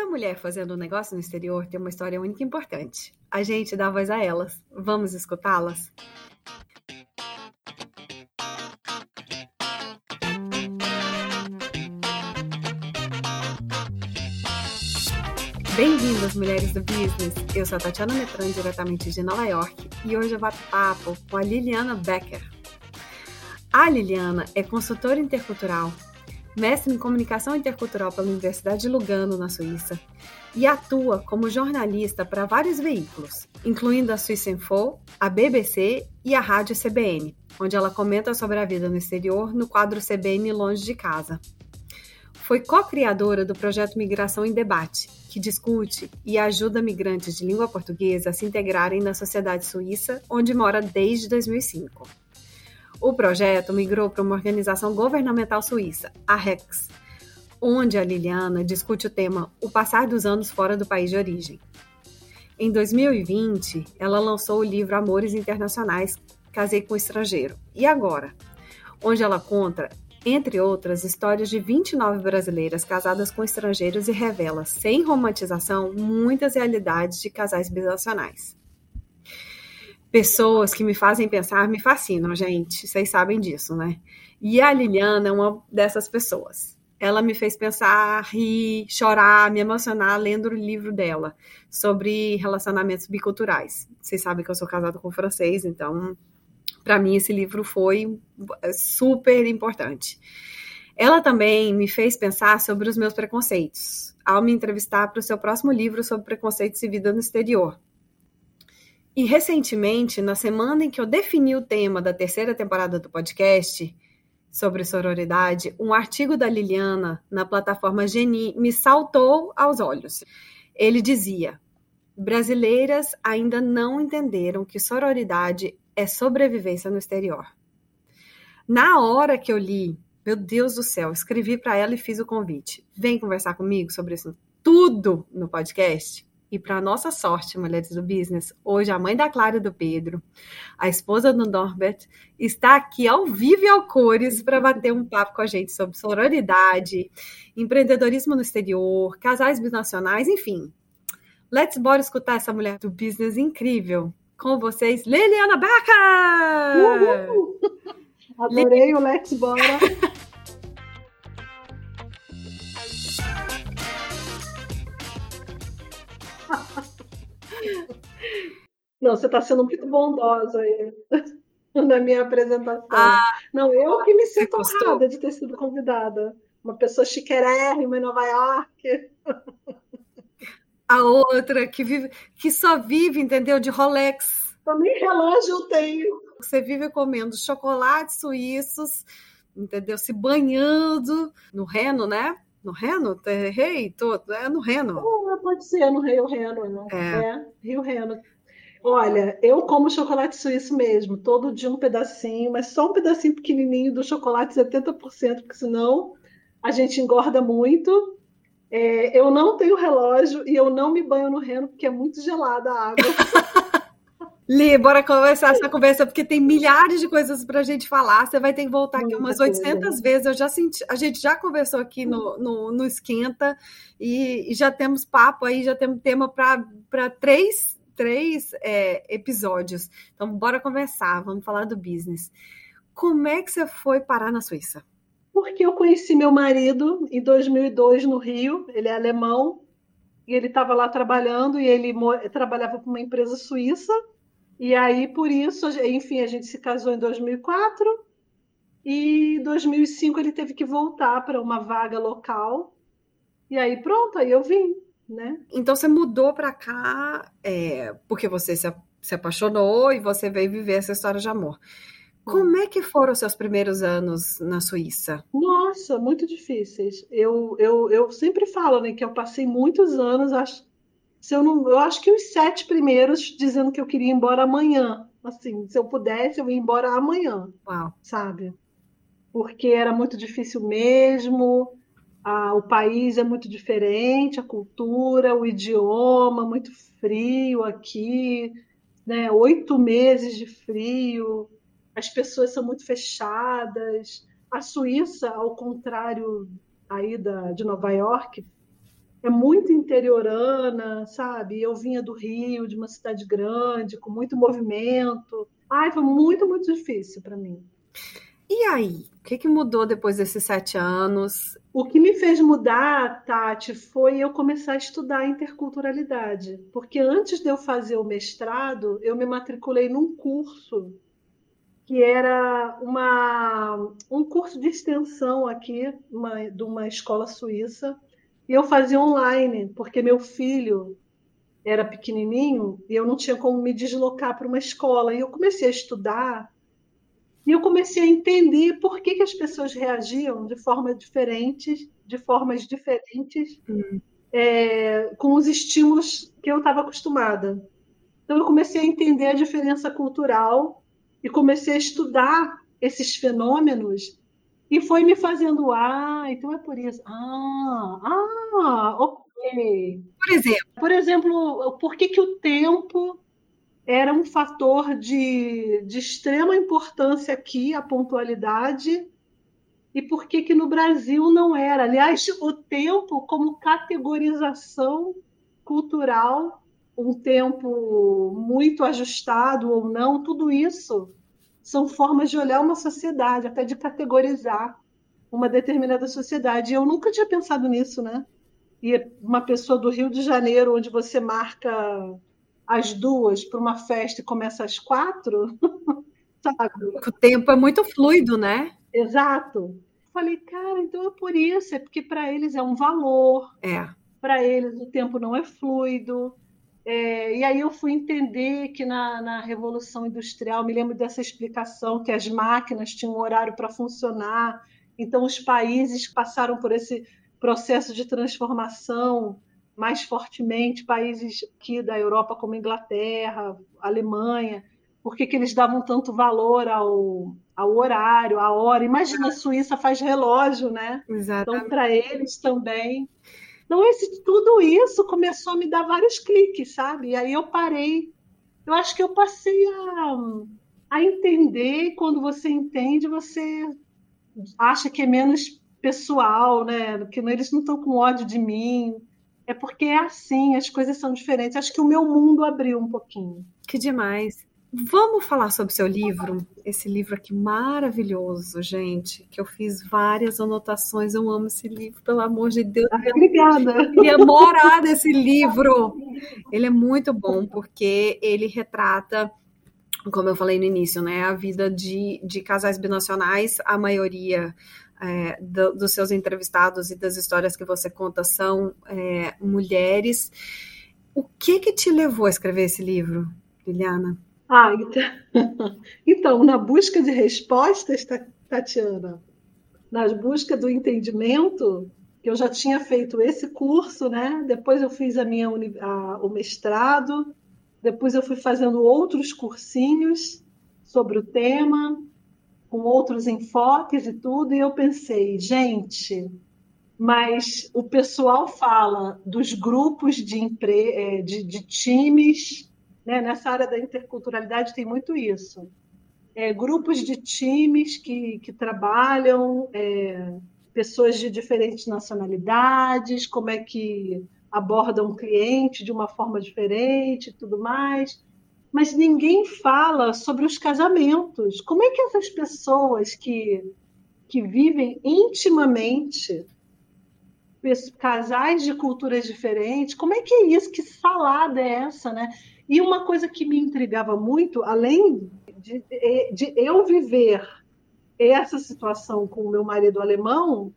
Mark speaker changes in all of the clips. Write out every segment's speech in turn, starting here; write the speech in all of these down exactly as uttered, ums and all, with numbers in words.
Speaker 1: Cada mulher fazendo um negócio no exterior tem uma história única e importante. A gente dá voz a elas. Vamos escutá-las? Bem-vindas, mulheres do business! Eu sou a Tatiana Metran, diretamente de Nova York, e hoje eu bato papo com a Liliana Becker. A Liliana é consultora intercultural, mestre em comunicação intercultural pela Universidade de Lugano, na Suíça, e atua como jornalista para vários veículos, incluindo a Suíça Info, a B B C e a Rádio C B N, onde ela comenta sobre a vida no exterior no quadro C B N Longe de Casa. Foi co-criadora do projeto Migração em Debate, que discute e ajuda migrantes de língua portuguesa a se integrarem na sociedade suíça, onde mora desde dois mil e cinco. O projeto migrou para uma organização governamental suíça, a Rex, onde a Liliana discute o tema O Passar dos Anos Fora do País de Origem. Em dois mil e vinte, ela lançou o livro Amores Internacionais, Casei com Estrangeiro. E agora? Onde ela conta, entre outras, histórias de vinte e nove brasileiras casadas com estrangeiros e revela, sem romantização, muitas realidades de casais binacionais. Pessoas que me fazem pensar me fascinam, gente. Vocês sabem disso, né? E a Liliana é uma dessas pessoas. Ela me fez pensar, rir, chorar, me emocionar lendo o livro dela sobre relacionamentos biculturais. Vocês sabem que eu sou casada com francês, então, para mim, esse livro foi super importante. Ela também me fez pensar sobre os meus preconceitos, ao me entrevistar para o seu próximo livro sobre preconceitos e vida no exterior. E, recentemente, na semana em que eu defini o tema da terceira temporada do podcast sobre sororidade, um artigo da Liliana na plataforma Geni me saltou aos olhos. Ele dizia: brasileiras ainda não entenderam que sororidade é sobrevivência no exterior. Na hora que eu li, meu Deus do céu, escrevi para ela e fiz o convite. Vem conversar comigo sobre isso tudo no podcast. E para nossa sorte, mulheres do business, hoje a mãe da Clara e do Pedro, a esposa do Norbert, está aqui ao vivo e ao cores para bater um papo com a gente sobre sororidade, empreendedorismo no exterior, casais binacionais, enfim. Let's bora escutar essa mulher do business incrível. Com vocês, Liliana Becker!
Speaker 2: Uhul! Adorei o Let's Bora! Não, você está sendo muito bondosa aí na minha apresentação.
Speaker 1: Ah,
Speaker 2: Não, eu que me sinto honrada de ter sido convidada. Uma pessoa chiquérrima em Nova York.
Speaker 1: A outra que, vive, que só vive, entendeu, de Rolex.
Speaker 2: Nem relógio eu tenho.
Speaker 1: Você vive comendo chocolates suíços, entendeu, se banhando no Reno, né? No Reno? Errei? Todo. É no Reno.
Speaker 2: Oh, pode ser no Rio Reno, né?
Speaker 1: É.
Speaker 2: é, Rio Reno. Olha, eu como chocolate suíço mesmo, todo dia um pedacinho, mas só um pedacinho pequenininho do chocolate, setenta por cento, porque senão a gente engorda muito. É, eu não tenho relógio e eu não me banho no Reno porque é muito gelada a água.
Speaker 1: Li, bora começar essa conversa, porque tem milhares de coisas para a gente falar. Você vai ter que voltar aqui umas oitocentas vezes. Eu já senti, a gente já conversou aqui no, no, no Esquenta e, e já temos papo aí, já temos tema para três, três é, episódios. Então, bora conversar, vamos falar do business. Como é que você foi parar na Suíça?
Speaker 2: Porque eu conheci meu marido em dois mil e dois no Rio, ele é alemão, e ele estava lá trabalhando, e ele trabalhava para uma empresa suíça. E aí, por isso, enfim, a gente se casou em dois mil e quatro e em dois mil e cinco ele teve que voltar para uma vaga local. E aí, pronto, aí eu vim, né?
Speaker 1: Então, você mudou para cá é, porque você se, se apaixonou e você veio viver essa história de amor. Como é que foram os seus primeiros anos na Suíça?
Speaker 2: Nossa, muito difíceis. Eu, eu, eu sempre falo, né, que eu passei muitos anos, acho... Se eu, não, eu acho que os sete primeiros dizendo que eu queria ir embora amanhã. Assim, se eu pudesse, eu ia embora amanhã.
Speaker 1: Uau.
Speaker 2: Sabe? Porque era muito difícil mesmo, a, o país é muito diferente, a cultura, o idioma, muito frio aqui, né? Oito meses de frio, as pessoas são muito fechadas. A Suíça, ao contrário aí da, de Nova York, é muito interiorana, sabe? Eu vinha do Rio, de uma cidade grande, com muito movimento. Ai, foi muito, muito difícil para mim.
Speaker 1: E aí, o que que mudou depois desses sete anos?
Speaker 2: O que me fez mudar, Tati, foi eu começar a estudar interculturalidade. Porque antes de eu fazer o mestrado, eu me matriculei num curso que era uma, um curso de extensão aqui, uma, de uma escola suíça, e eu fazia online, porque meu filho era pequenininho e eu não tinha como me deslocar para uma escola. E eu comecei a estudar e eu comecei a entender por que, que as pessoas reagiam de forma diferentes, de formas diferentes,
Speaker 1: Hum.
Speaker 2: é, com os estímulos que eu estava acostumada. Então eu comecei a entender a diferença cultural e comecei a estudar esses fenômenos e foi me fazendo, ah, então é por isso. Ah, ah, ok.
Speaker 1: Por exemplo,
Speaker 2: Por exemplo, por que que o tempo era um fator de, de extrema importância aqui, a pontualidade, e por que que no Brasil não era? Aliás, o tempo como categorização cultural, um tempo muito ajustado ou não, tudo isso são formas de olhar uma sociedade, até de categorizar uma determinada sociedade. E eu nunca tinha pensado nisso, né? E uma pessoa do Rio de Janeiro, onde você marca às duas para uma festa e começa às quatro, sabe?
Speaker 1: o tempo é muito fluido, né?
Speaker 2: Exato. Falei, cara, então é por isso, é porque para eles é um valor,
Speaker 1: É.
Speaker 2: para eles o tempo não é fluido. É, e aí eu fui entender que na, na Revolução Industrial, me lembro dessa explicação, que as máquinas tinham um horário para funcionar, então os países passaram por esse processo de transformação mais fortemente, países aqui da Europa como Inglaterra, Alemanha, por que que eles davam tanto valor ao, ao horário, à hora? Imagina, a Suíça faz relógio, né? Então,
Speaker 1: Exatamente.
Speaker 2: para eles também. Então, esse, tudo isso começou a me dar vários cliques, sabe? E aí eu parei. Eu acho que eu passei a, a entender, quando você entende, você acha que é menos pessoal, né? Que eles não estão com ódio de mim. É porque é assim, as coisas são diferentes. Acho que o meu mundo abriu um pouquinho.
Speaker 1: Que demais. Vamos falar sobre o seu livro? Esse livro aqui maravilhoso, gente, que eu fiz várias anotações. Eu amo esse livro, pelo amor de Deus.
Speaker 2: Ah, obrigada.
Speaker 1: Eu queria morar nesse livro. Ele é muito bom porque ele retrata, como eu falei no início, né, a vida de, de casais binacionais. A maioria é, do, dos seus entrevistados e das histórias que você conta são é, mulheres. O que que te levou a escrever esse livro, Liliana?
Speaker 2: Ah, então, então, na busca de respostas, Ta- Tatiana, na busca do entendimento, que eu já tinha feito esse curso, né? Depois eu fiz a minha uni- a- o mestrado, depois eu fui fazendo outros cursinhos sobre o tema, com outros enfoques e tudo, e eu pensei, gente, mas o pessoal fala dos grupos de, empre... eh, de, de times, né? Nessa área da interculturalidade tem muito isso. É, grupos de times que, que trabalham, é, pessoas de diferentes nacionalidades, como é que abordam o cliente de uma forma diferente e tudo mais. Mas ninguém fala sobre os casamentos. Como é que essas pessoas que, que vivem intimamente, casais de culturas diferentes, como é que é isso? Que salada é essa, né? E uma coisa que me intrigava muito, além de, de eu viver essa situação com o meu marido alemão,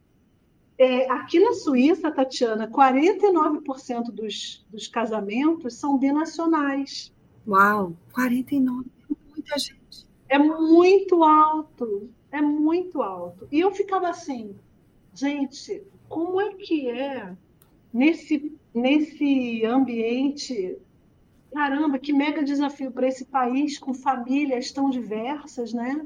Speaker 2: é, aqui na Suíça, Tatiana, quarenta e nove por cento dos, dos casamentos são binacionais.
Speaker 1: Uau, quarenta e nove, muita gente.
Speaker 2: É muito alto, é muito alto. E eu ficava assim, gente, como é que é nesse, nesse ambiente? Caramba, que mega desafio para esse país com famílias tão diversas, né?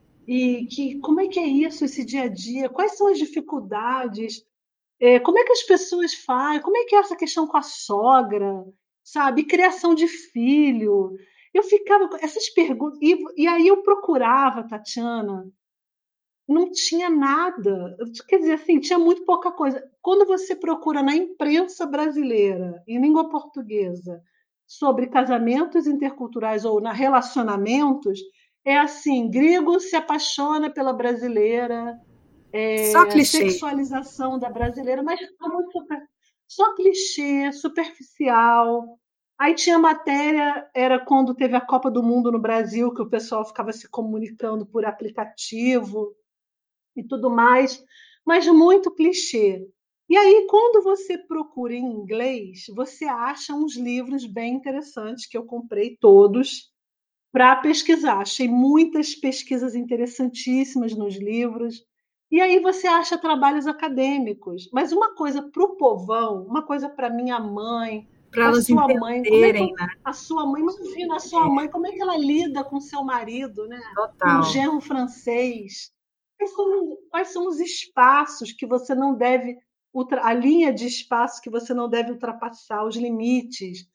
Speaker 2: E que, como é que é isso, esse dia a dia? Quais são as dificuldades? É, como é que as pessoas fazem? Como é que é essa questão com a sogra? Sabe? Criação de filho. Eu ficava com essas perguntas. E, e aí eu procurava, Tatiana, não tinha nada. Quer dizer, assim, tinha muito pouca coisa. Quando você procura na imprensa brasileira, em língua portuguesa, sobre casamentos interculturais ou na relacionamentos, é assim, grego se apaixona pela brasileira,
Speaker 1: Só
Speaker 2: é,
Speaker 1: clichê.
Speaker 2: sexualização da brasileira, mas tá muito super, só clichê, superficial. Aí tinha matéria, era quando teve a Copa do Mundo no Brasil, que o pessoal ficava se comunicando por aplicativo e tudo mais, mas muito clichê. E aí, quando você procura em inglês, você acha uns livros bem interessantes, que eu comprei todos para pesquisar. Achei muitas pesquisas interessantíssimas nos livros. E aí você acha trabalhos acadêmicos. Mas uma coisa para o povão, uma coisa para minha mãe,
Speaker 1: Para
Speaker 2: para
Speaker 1: elas
Speaker 2: sua mãe, como é que
Speaker 1: entenderem, né?
Speaker 2: a sua mãe, imagina a sua mãe, como é que ela lida com seu marido, né? Com o
Speaker 1: Total.
Speaker 2: genro francês? Quais são, quais são os espaços que você não deve, a linha de espaço que você não deve ultrapassar, os limites?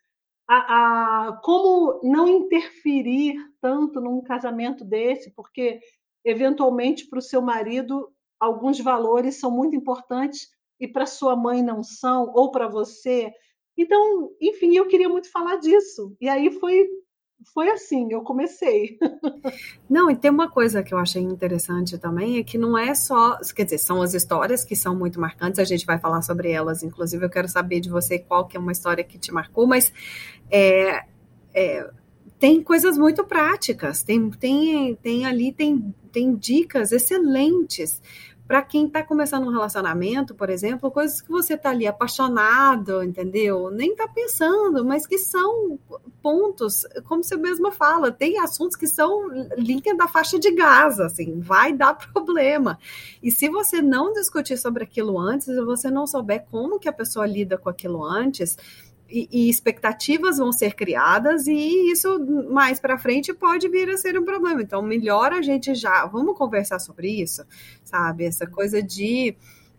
Speaker 2: A, a, como não interferir tanto num casamento desse, porque eventualmente para o seu marido alguns valores são muito importantes e para sua mãe não são, ou para você. Então, enfim, eu queria muito falar disso. E aí foi, foi assim, eu comecei.
Speaker 1: Não, e tem uma coisa que eu achei interessante também, é que não é só, quer dizer, são as histórias que são muito marcantes, a gente vai falar sobre elas, inclusive eu quero saber de você qual que é uma história que te marcou, mas é, é, tem coisas muito práticas, tem, tem, tem ali, tem, tem dicas excelentes para quem está começando um relacionamento, por exemplo, coisas que você está ali apaixonado, entendeu? Nem está pensando, mas que são pontos, como você mesma fala, tem assuntos que são linha da faixa de Gaza, assim, vai dar problema. E se você não discutir sobre aquilo antes, se você não souber como que a pessoa lida com aquilo antes, E, e expectativas vão ser criadas e isso mais para frente pode vir a ser um problema. Então, melhor a gente já, vamos conversar sobre isso, sabe? Essa coisa de,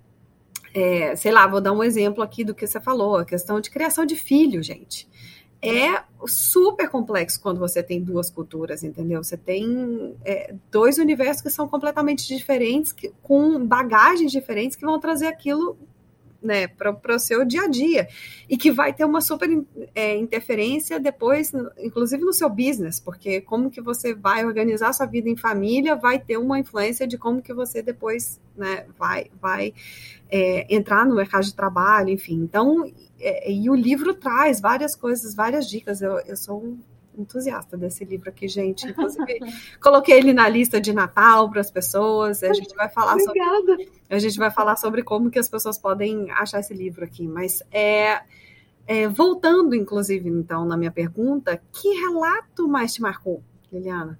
Speaker 1: é, sei lá, vou dar um exemplo aqui do que você falou, a questão de criação de filho, gente. É super complexo quando você tem duas culturas, entendeu? Você tem é, dois universos que são completamente diferentes, que, com bagagens diferentes que vão trazer aquilo, né, para o seu dia a dia e que vai ter uma super é, interferência depois, inclusive no seu business, porque como que você vai organizar sua vida em família vai ter uma influência de como que você depois, né, vai, vai é, entrar no mercado de trabalho, enfim. Então, é, e o livro traz várias coisas, várias dicas. Eu, eu sou um entusiasta desse livro aqui, gente. Inclusive, coloquei ele na lista de Natal para as pessoas. A gente vai falar
Speaker 2: Obrigada.
Speaker 1: sobre, a gente vai falar sobre como que as pessoas podem achar esse livro aqui. Mas é, é, voltando, inclusive, então, na minha pergunta, que relato mais te marcou, Liliana?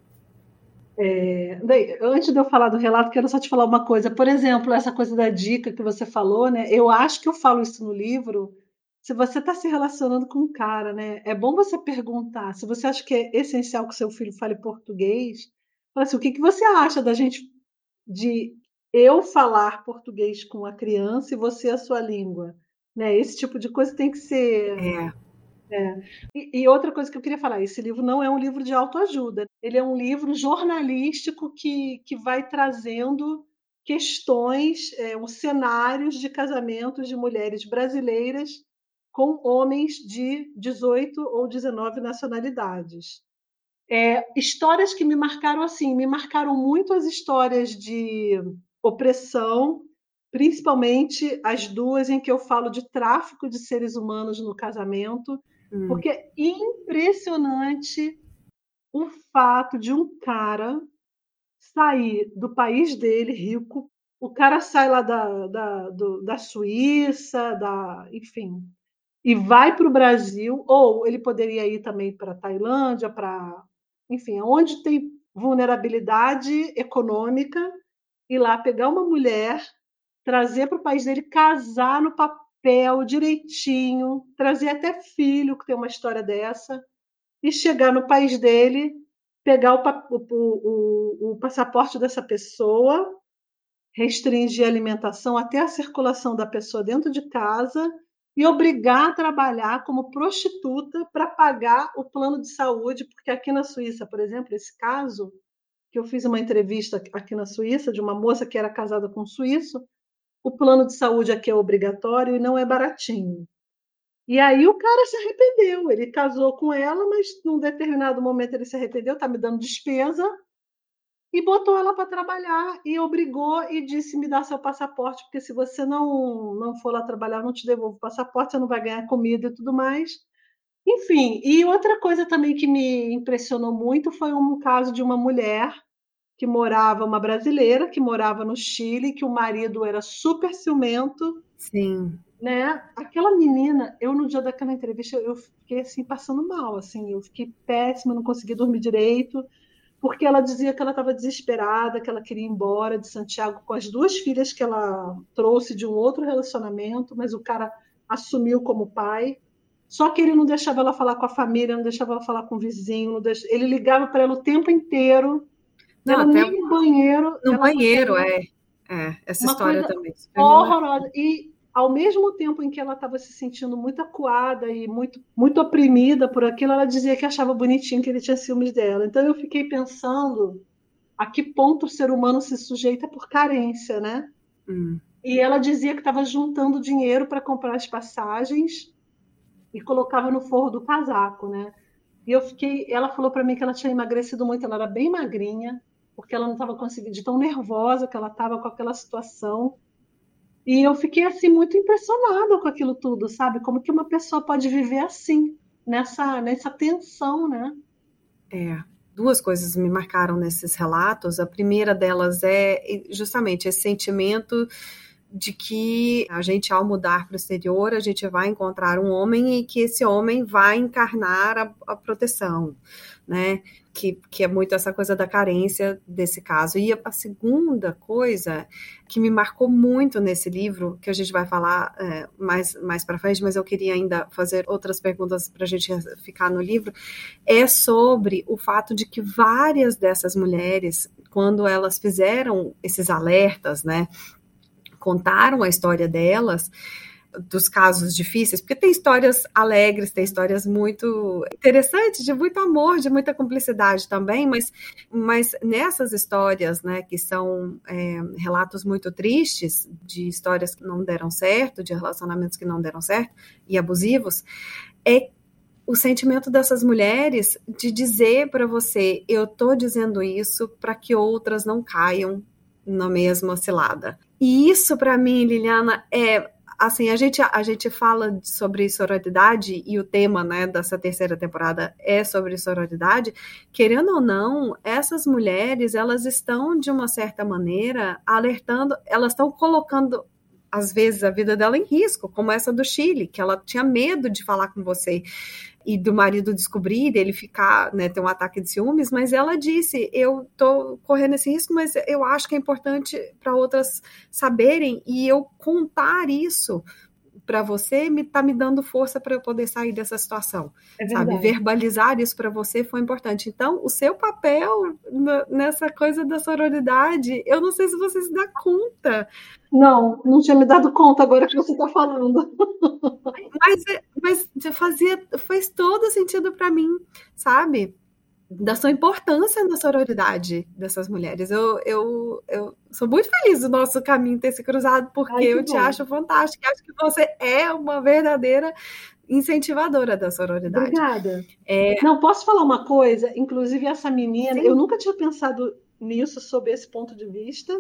Speaker 2: É, daí, antes de eu falar do relato, quero só te falar uma coisa. Por exemplo, essa coisa da dica que você falou, né? Eu acho que eu falo isso no livro. Se você está se relacionando com um cara, né? É bom você perguntar. Se você acha que é essencial que seu filho fale português, fala assim, o que, que você acha da gente de eu falar português com a criança e você a sua língua, né? Esse tipo de coisa tem que ser.
Speaker 1: É,
Speaker 2: É. E, e outra coisa que eu queria falar, esse livro não é um livro de autoajuda, ele é um livro jornalístico que, que vai trazendo questões, é, os cenários de casamentos de mulheres brasileiras com homens de dezoito ou dezenove nacionalidades. É, histórias que me marcaram assim, me marcaram muito as histórias de opressão, principalmente as duas em que eu falo de tráfico de seres humanos no casamento,
Speaker 1: hum,
Speaker 2: porque é impressionante o fato de um cara sair do país dele, rico, o cara sai lá da, da, do, da Suíça, da, enfim, e vai para o Brasil, ou ele poderia ir também para a Tailândia, para, enfim, onde tem vulnerabilidade econômica, ir lá pegar uma mulher, trazer para o país dele, casar no papel direitinho, trazer até filho, que tem uma história dessa, e chegar no país dele, pegar o, o, o, o passaporte dessa pessoa, restringir a alimentação até a circulação da pessoa dentro de casa e obrigar a trabalhar como prostituta para pagar o plano de saúde, porque aqui na Suíça, por exemplo, esse caso, que eu fiz uma entrevista aqui na Suíça de uma moça que era casada com um suíço. O plano de saúde aqui é obrigatório e não é baratinho. E aí o cara se arrependeu. Ele casou com ela, mas num determinado momento ele se arrependeu, tá me dando despesa, e botou ela para trabalhar e obrigou e disse: me dá seu passaporte, porque se você não, não for lá trabalhar, eu não te devolvo o passaporte, você não vai ganhar comida e tudo mais. Enfim, e outra coisa também que me impressionou muito foi um caso de uma mulher que morava, uma brasileira que morava no Chile, que o marido era super ciumento.
Speaker 1: Sim.
Speaker 2: Né? Aquela menina, eu no dia daquela entrevista, eu fiquei assim, passando mal, assim, eu fiquei péssima, não consegui dormir direito, porque ela dizia que ela estava desesperada, que ela queria ir embora de Santiago com as duas filhas que ela trouxe de um outro relacionamento, mas o cara assumiu como pai. Só que ele não deixava ela falar com a família, não deixava ela falar com o vizinho, não deixava... ele ligava para ela o tempo inteiro,
Speaker 1: Não,
Speaker 2: ela
Speaker 1: até
Speaker 2: nem no banheiro,
Speaker 1: no
Speaker 2: ela
Speaker 1: banheiro,
Speaker 2: fazia
Speaker 1: é. É, essa
Speaker 2: uma
Speaker 1: história
Speaker 2: coisa
Speaker 1: também super me marcou.
Speaker 2: horrorosa. E ao mesmo tempo em que ela estava se sentindo muito acuada e muito, muito oprimida por aquilo, ela dizia que achava bonitinho que ele tinha ciúmes dela. Então eu fiquei pensando a que ponto o ser humano se sujeita por carência, né?
Speaker 1: Hum.
Speaker 2: E ela dizia que estava juntando dinheiro para comprar as passagens e colocava no forro do casaco, né? E eu fiquei, ela falou para mim que ela tinha emagrecido muito, ela era bem magrinha, porque ela não estava conseguindo, de tão nervosa que ela estava com aquela situação. E eu fiquei assim muito impressionada com aquilo tudo, sabe? Como que uma pessoa pode viver assim, nessa, nessa tensão, né?
Speaker 1: É, duas coisas me marcaram nesses relatos. A primeira delas é justamente esse sentimento de que a gente, ao mudar para o exterior, a gente vai encontrar um homem e que esse homem vai encarnar a, a proteção, né? Que, que é muito essa coisa da carência desse caso. E a, a segunda coisa que me marcou muito nesse livro, que a gente vai falar é, mais, mais para frente, mas eu queria ainda fazer outras perguntas para a gente ficar no livro, é sobre o fato de que várias dessas mulheres, quando elas fizeram esses alertas, né, contaram a história delas, dos casos difíceis, porque tem histórias alegres, tem histórias muito interessantes, de muito amor, de muita cumplicidade também, mas, mas nessas histórias, né, que são é, relatos muito tristes, de histórias que não deram certo, de relacionamentos que não deram certo, e abusivos, é o sentimento dessas mulheres de dizer para você, eu tô dizendo isso para que outras não caiam na mesma cilada. E isso, para mim, Liliana, é assim, a gente, a gente fala sobre sororidade e o tema, né, dessa terceira temporada é sobre sororidade. Querendo ou não, essas mulheres, elas estão, de uma certa maneira, alertando, elas estão colocando, às vezes, a vida dela em risco, como essa do Chile, que ela tinha medo de falar com você e do marido descobrir, dele ficar, né, ter um ataque de ciúmes, mas ela disse, eu tô correndo esse risco, mas eu acho que é importante para outras saberem, e eu contar isso para você me tá me dando força para eu poder sair dessa situação,
Speaker 2: É
Speaker 1: sabe? Verbalizar isso para você foi importante. Então, o seu papel nessa coisa da sororidade, eu não sei se você se dá conta.
Speaker 2: Não, não tinha me dado conta agora que você está falando.
Speaker 1: Mas, mas fazia, fez todo sentido para mim, sabe? Da sua importância na sororidade dessas mulheres. Eu, eu, eu sou muito feliz do nosso caminho ter se cruzado, porque Ai, eu bom. te acho fantástica. Acho que você é uma verdadeira incentivadora da sororidade.
Speaker 2: Obrigada. É... Não, posso falar uma coisa? Inclusive, essa menina, Sim. eu nunca tinha pensado nisso sob esse ponto de vista.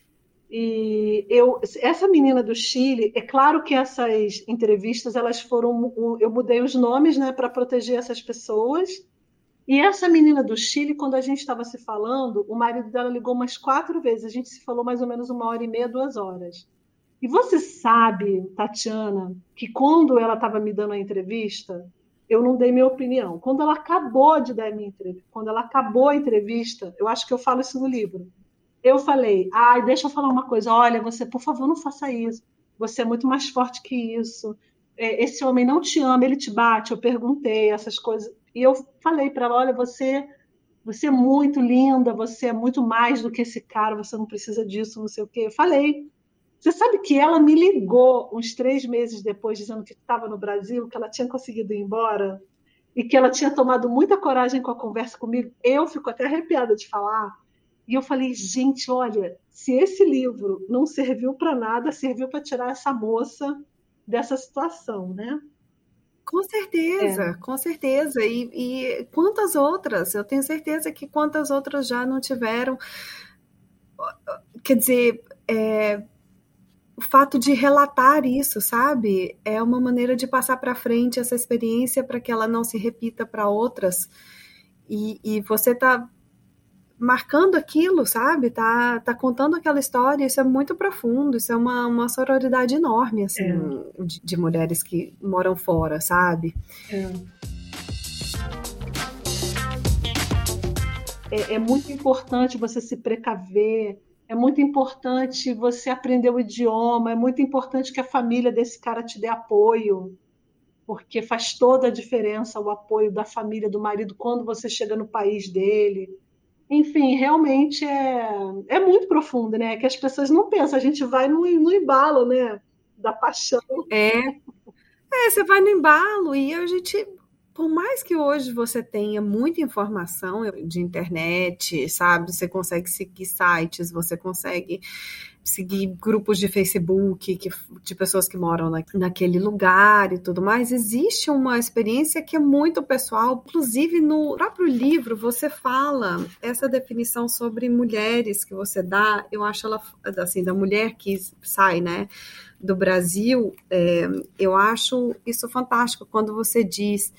Speaker 2: E eu, essa menina do Chile, é claro que essas entrevistas, elas foram, eu mudei os nomes, né, para proteger essas pessoas. E essa menina do Chile, quando a gente estava se falando, o marido dela ligou umas quatro vezes. A gente se falou mais ou menos uma hora e meia, duas horas. E você sabe, Tatiana, que quando ela estava me dando a entrevista, eu não dei minha opinião. Quando ela acabou de dar a minha entrevista, quando ela acabou a entrevista, eu acho que eu falo isso no livro. Eu falei, ah, deixa eu falar uma coisa, olha, você, por favor, não faça isso. Você é muito mais forte que isso. Esse homem não te ama, ele te bate. Eu perguntei essas coisas. E eu falei para ela, olha, você, você é muito linda, você é muito mais do que esse cara, você não precisa disso, não sei o quê. Eu falei. Você sabe que ela me ligou uns três meses depois, dizendo que estava no Brasil, que ela tinha conseguido ir embora e que ela tinha tomado muita coragem com a conversa comigo. Eu fico até arrepiada de falar. E eu falei, gente, olha, se esse livro não serviu para nada, serviu para tirar essa moça dessa situação, né?
Speaker 1: Com
Speaker 2: É,
Speaker 1: certeza, com certeza. E, e quantas outras? Eu tenho certeza que quantas outras já não tiveram. Quer dizer, é, o fato de relatar isso, sabe? É uma maneira de passar para frente essa experiência para que ela não se repita para outras. E, e você está marcando aquilo, sabe? Tá, tá contando aquela história, isso é muito profundo, isso é uma, uma sororidade enorme, assim,
Speaker 2: é,
Speaker 1: de, de mulheres que moram fora, sabe?
Speaker 2: é. É, é muito importante você se precaver, é muito importante você aprender o idioma, é muito importante que a família desse cara te dê apoio, porque faz toda a diferença o apoio da família do marido quando você chega no país dele. Enfim, realmente é, é muito profundo, né? Que as pessoas não pensam, a gente vai no, no embalo, né? Da paixão.
Speaker 1: É, é, você vai no embalo e a gente, por mais que hoje você tenha muita informação de internet, sabe? Você consegue seguir sites, você consegue seguir grupos de Facebook que, de pessoas que moram na, naquele lugar e tudo mais. Existe uma experiência que é muito pessoal. Inclusive, no próprio livro, você fala essa definição sobre mulheres que você dá. Eu acho ela, assim, da mulher que sai, né? Do Brasil, é, eu acho isso fantástico quando você diz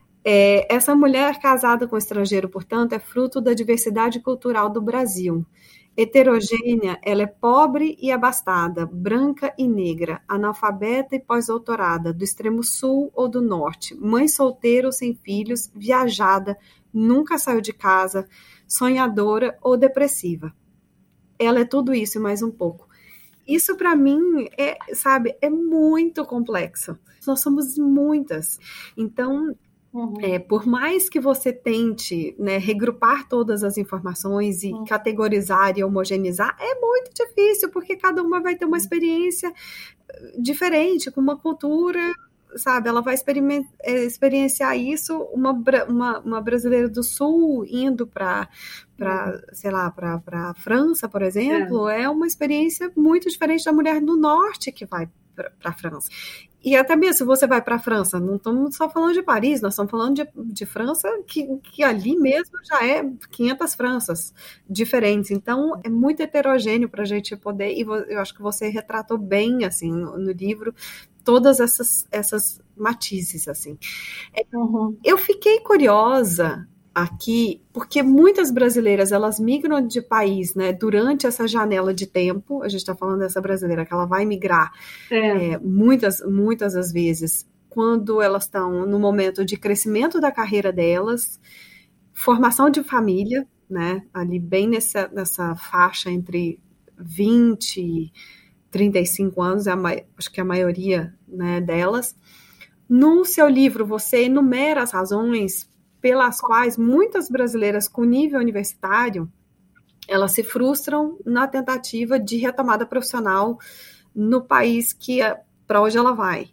Speaker 1: é, essa mulher casada com estrangeiro, portanto, é fruto da diversidade cultural do Brasil. Heterogênea, ela é pobre e abastada, branca e negra, analfabeta e pós-doutorada, do extremo sul ou do norte, mãe solteira ou sem filhos, viajada, nunca saiu de casa, sonhadora ou depressiva. Ela é tudo isso e mais um pouco. Isso para mim é, sabe, é muito complexo. Nós somos muitas. Então,
Speaker 2: Uhum,
Speaker 1: é, por mais que você tente, né, regrupar todas as informações e
Speaker 2: uhum,
Speaker 1: categorizar e homogeneizar, é muito difícil, porque cada uma vai ter uma experiência diferente, com uma cultura, sabe? Ela vai experiment, é, experienciar isso, uma, uma, uma brasileira do Sul indo para,
Speaker 2: uhum.
Speaker 1: sei lá, para a França, por
Speaker 2: É,
Speaker 1: exemplo, é uma experiência muito diferente da mulher do Norte que vai para a França. E até mesmo se você vai para a França, não estamos só falando de Paris, nós estamos falando de, de França, que, que ali mesmo já é quinhentas Franças diferentes. Então, é muito heterogêneo para a gente poder, e eu acho que você retratou bem, assim, no, no livro, todas essas, essas matizes, assim.
Speaker 2: uhum,
Speaker 1: Eu fiquei curiosa aqui, porque muitas brasileiras, elas migram de país, né, durante essa janela de tempo, a gente está falando dessa brasileira que ela vai migrar
Speaker 2: é,
Speaker 1: é, muitas, muitas das vezes, quando elas estão no momento de crescimento da carreira delas, formação de família, né, ali bem nessa, nessa faixa entre vinte e trinta e cinco anos, é a, acho que a maioria, né, delas. No seu livro, você enumera as razões pelas quais muitas brasileiras com nível universitário elas se frustram na tentativa de retomada profissional no país que para onde ela vai.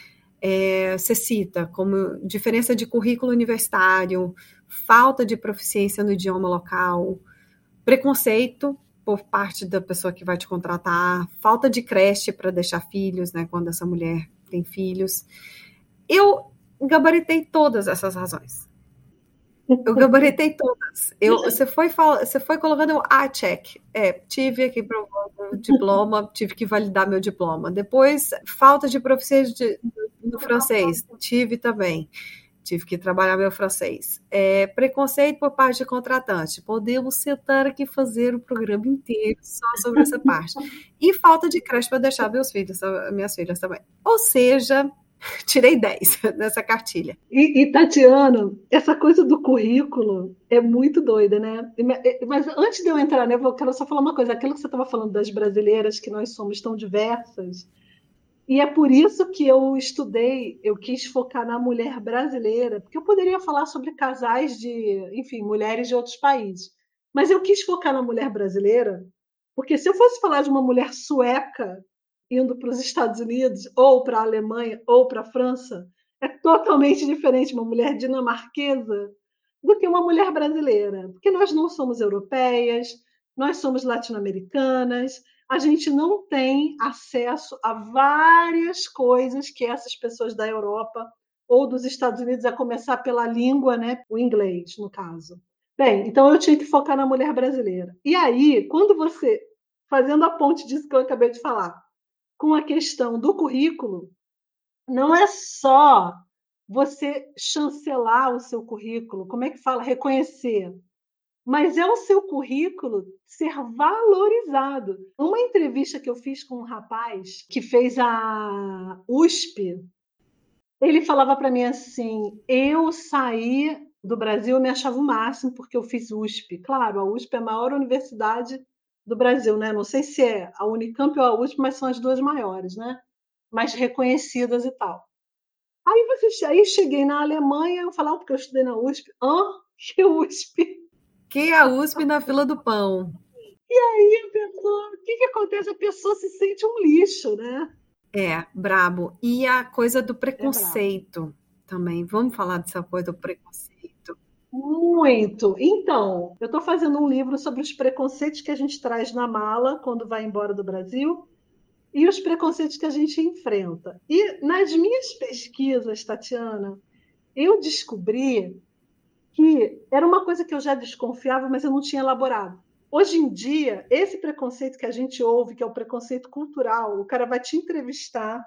Speaker 1: É, você cita como diferença de currículo universitário, falta de proficiência no idioma local, preconceito por parte da pessoa que vai te contratar, falta de creche para deixar filhos, né, quando essa mulher tem filhos. Eu gabaritei todas essas razões. Eu gabaritei todas. Eu, você, foi, você foi colocando ah, check. É, tive aqui o diploma, tive que validar meu diploma. Depois, falta de proficiência no francês. Tive também. Tive que trabalhar meu francês. É, preconceito por parte de contratante. Podemos sentar aqui e fazer o programa inteiro só sobre essa parte. E falta de creche para deixar meus filhos, minhas filhas também. Ou seja, tirei dez nessa cartilha.
Speaker 2: E, e, Tatiana, essa coisa do currículo é muito doida, né? Mas antes de eu entrar, né, eu quero só falar uma coisa. Aquilo que você estava falando das brasileiras, que nós somos tão diversas, e é por isso que eu estudei, eu quis focar na mulher brasileira, porque eu poderia falar sobre casais de, enfim, mulheres de outros países. Mas eu quis focar na mulher brasileira, porque se eu fosse falar de uma mulher sueca indo para os Estados Unidos, ou para a Alemanha, ou para a França, é totalmente diferente uma mulher dinamarquesa do que uma mulher brasileira, porque nós não somos europeias, nós somos latino-americanas, a gente não tem acesso a várias coisas que essas pessoas da Europa ou dos Estados Unidos, a começar pela língua, né, o inglês, no caso. Bem, então eu tinha que focar na mulher brasileira. E aí, quando você, fazendo a ponte disso que eu acabei de falar, com a questão do currículo, não é só você chancelar o seu currículo, como é que fala? Reconhecer. Mas é o seu currículo ser valorizado. Uma entrevista que eu fiz com um rapaz que fez a U S P, ele falava para mim assim, eu saí do Brasil, eu me achava o máximo porque eu fiz U S P. Claro, a U S P é a maior universidade do Brasil, né? Não sei se é a Unicamp ou a U S P, mas são as duas maiores, né? Mais reconhecidas e tal. Aí, você, aí cheguei na Alemanha, eu falava, porque eu estudei na U S P. Hã? Que U S P?
Speaker 1: Que é a U S P na fila do pão.
Speaker 2: E aí a pessoa, o que, que acontece? A pessoa se sente um lixo, né?
Speaker 1: É, brabo. E a coisa do preconceito é também. Vamos falar dessa coisa do preconceito?
Speaker 2: Muito. Então, eu estou fazendo um livro sobre os preconceitos que a gente traz na mala quando vai embora do Brasil e os preconceitos que a gente enfrenta. E nas minhas pesquisas, Tatiana, eu descobri que era uma coisa que eu já desconfiava, mas eu não tinha elaborado. Hoje em dia, esse preconceito que a gente ouve, que é o preconceito cultural, o cara vai te entrevistar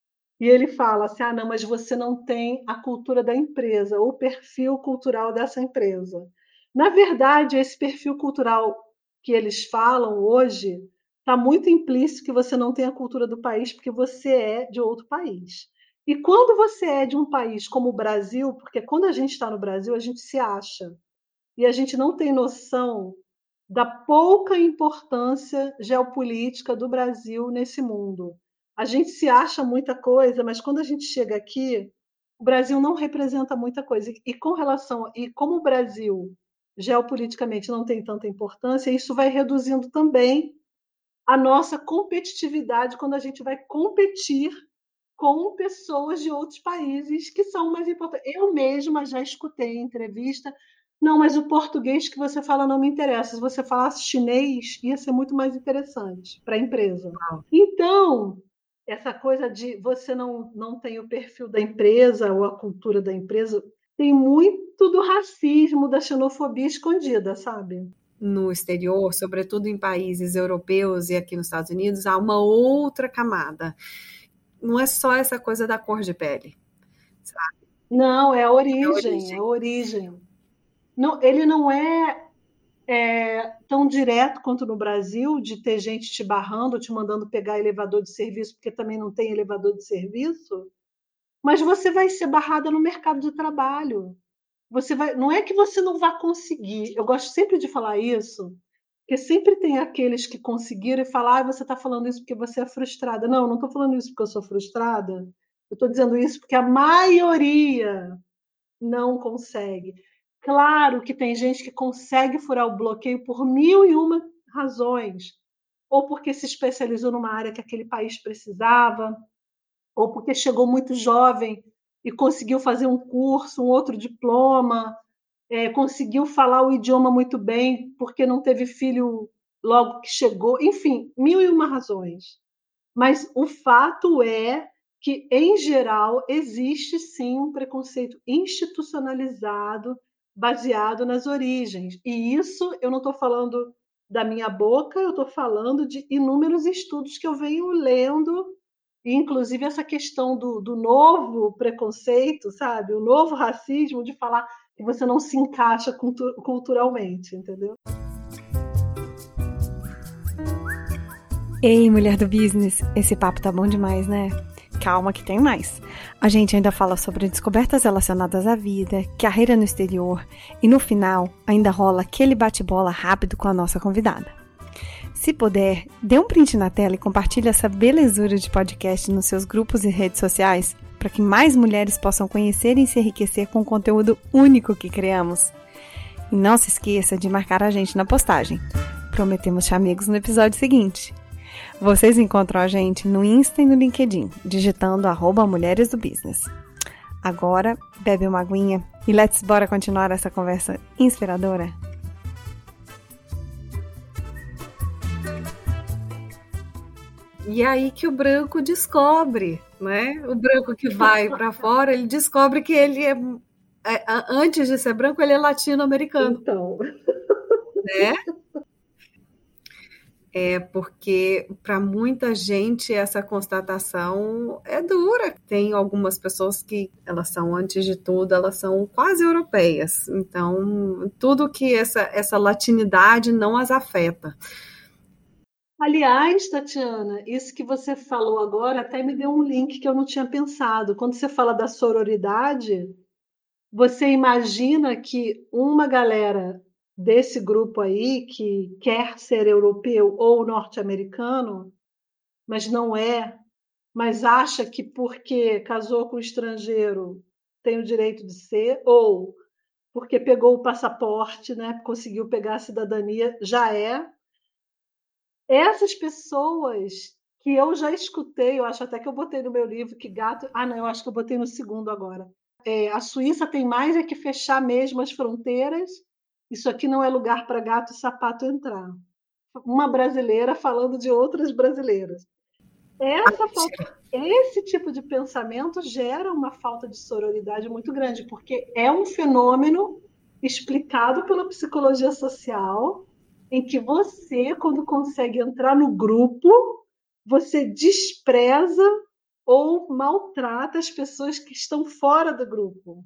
Speaker 2: e ele fala assim, ah, não, mas você não tem a cultura da empresa, ou o perfil cultural dessa empresa. Na verdade, esse perfil cultural que eles falam hoje está muito implícito que você não tem a cultura do país porque você é de outro país. E quando você é de um país como o Brasil, porque quando a gente está no Brasil, a gente se acha, e a gente não tem noção da pouca importância geopolítica do Brasil nesse mundo. A gente se acha muita coisa, mas quando a gente chega aqui, o Brasil não representa muita coisa. E com relação e como o Brasil geopoliticamente não tem tanta importância, isso vai reduzindo também a nossa competitividade quando a gente vai competir com pessoas de outros países que são mais importantes. Eu mesma já escutei em entrevista, não, mas o português que você fala não me interessa. Se você falasse chinês, ia ser muito mais interessante para a empresa. Então, essa coisa de você não, não tem o perfil da empresa ou a cultura da empresa, tem muito do racismo, da xenofobia escondida, sabe?
Speaker 1: No exterior, sobretudo em países europeus e aqui nos Estados Unidos, há uma outra camada. Não é só essa coisa da cor de pele, sabe?
Speaker 2: Não, é a origem, é a origem. É a origem. Não, ele não é, é tão direto quanto no Brasil, de ter gente te barrando, te mandando pegar elevador de serviço, porque também não tem elevador de serviço, mas você vai ser barrada no mercado de trabalho. Você vai, não é que você não vai conseguir, eu gosto sempre de falar isso, porque sempre tem aqueles que conseguiram e falam, ah, você está falando isso porque você é frustrada. Não, não estou falando isso porque eu sou frustrada, eu estou dizendo isso porque a maioria não consegue. Claro que tem gente que consegue furar o bloqueio por mil e uma razões, ou porque se especializou numa área que aquele país precisava, ou porque chegou muito jovem e conseguiu fazer um curso, um outro diploma, é, conseguiu falar o idioma muito bem porque não teve filho logo que chegou, enfim, mil e uma razões. Mas o fato é que, em geral, existe sim um preconceito institucionalizado baseado nas origens. E isso eu não estou falando da minha boca, eu estou falando de inúmeros estudos que eu venho lendo, e inclusive essa questão do, do novo preconceito, sabe? O novo racismo de falar que você não se encaixa cultu- culturalmente, entendeu?
Speaker 3: Ei, mulher do business, esse papo tá bom demais, né? Calma que tem mais. A gente ainda fala sobre descobertas relacionadas à vida, carreira no exterior e no final ainda rola aquele bate-bola rápido com a nossa convidada. Se puder, dê um print na tela e compartilhe essa belezura de podcast nos seus grupos e redes sociais para que mais mulheres possam conhecer e se enriquecer com o conteúdo único que criamos. E não se esqueça de marcar a gente na postagem. Prometemos te amigos no episódio seguinte. Vocês encontram a gente no Insta e no LinkedIn, digitando arroba Mulheres do Business. Agora, bebe uma aguinha e let's bora continuar essa conversa inspiradora?
Speaker 1: E é aí que o branco descobre, né? O branco que vai para fora, ele descobre que ele é, é, antes de ser branco, ele é latino-americano.
Speaker 2: Então.
Speaker 1: Né? É porque para muita gente essa constatação é dura. Tem algumas pessoas que elas são, antes de tudo, elas são quase europeias. Então, tudo que essa, essa latinidade não as afeta.
Speaker 2: Aliás, Tatiana, isso que você falou agora até me deu um link que eu não tinha pensado. Quando você fala da sororidade, você imagina que uma galera desse grupo aí que quer ser europeu ou norte-americano, mas não é, mas acha que porque casou com um estrangeiro tem o direito de ser, ou porque pegou o passaporte, né, conseguiu pegar a cidadania, já é. Essas pessoas que eu já escutei, eu acho até que eu botei no meu livro que gato. Ah, não, eu acho que eu botei no segundo agora. É, a Suíça tem mais é que fechar mesmo as fronteiras. Isso aqui não é lugar para gato e sapato entrar. Uma brasileira falando de outras brasileiras. Essa falta, esse tipo de pensamento gera uma falta de sororidade muito grande, porque é um fenômeno explicado pela psicologia social, em que você, quando consegue entrar no grupo, você despreza ou maltrata as pessoas que estão fora do grupo.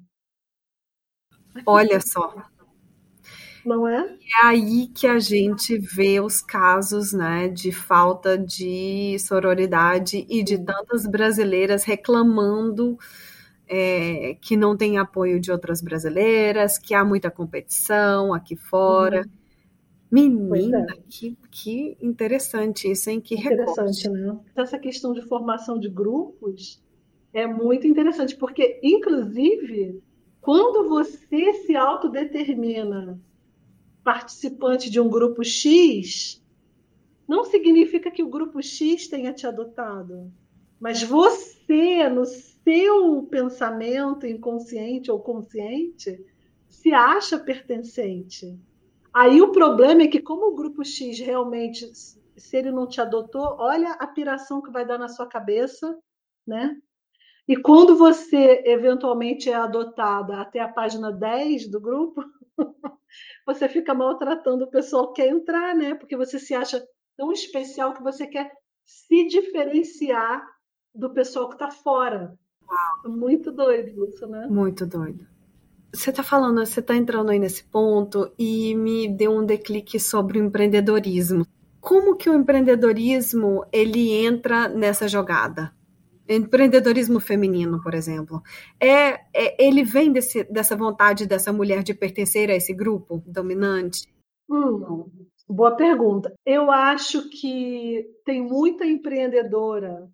Speaker 1: Olha só.
Speaker 2: Não é?
Speaker 1: É aí que a gente vê os casos, né, de falta de sororidade e de tantas brasileiras reclamando é, que não tem apoio de outras brasileiras, que há muita competição aqui fora. Uhum. Menina, é. que, que interessante isso, hein? Que
Speaker 2: interessante,
Speaker 1: recorte.
Speaker 2: Né? Essa questão de formação de grupos é muito interessante, porque, inclusive, quando você se autodetermina participante de um grupo X, não significa que o grupo X tenha te adotado, mas você, no seu pensamento inconsciente ou consciente, se acha pertencente. Aí o problema é que, como o grupo X realmente, se ele não te adotou, olha a piração que vai dar na sua cabeça, né? E quando você eventualmente é adotada até a página dez do grupo, você fica maltratando o pessoal que quer entrar, né? Porque você se acha tão especial que você quer se diferenciar do pessoal que está fora. Muito doido isso, né?
Speaker 1: Muito doido. Você está falando, você está entrando aí nesse ponto e me deu um declique sobre o empreendedorismo. Como que o empreendedorismo ele entra nessa jogada? Empreendedorismo feminino, por exemplo. É, é, ele vem desse, dessa vontade dessa mulher de pertencer a esse grupo dominante?
Speaker 2: Hum, boa pergunta. Eu acho que tem muita empreendedora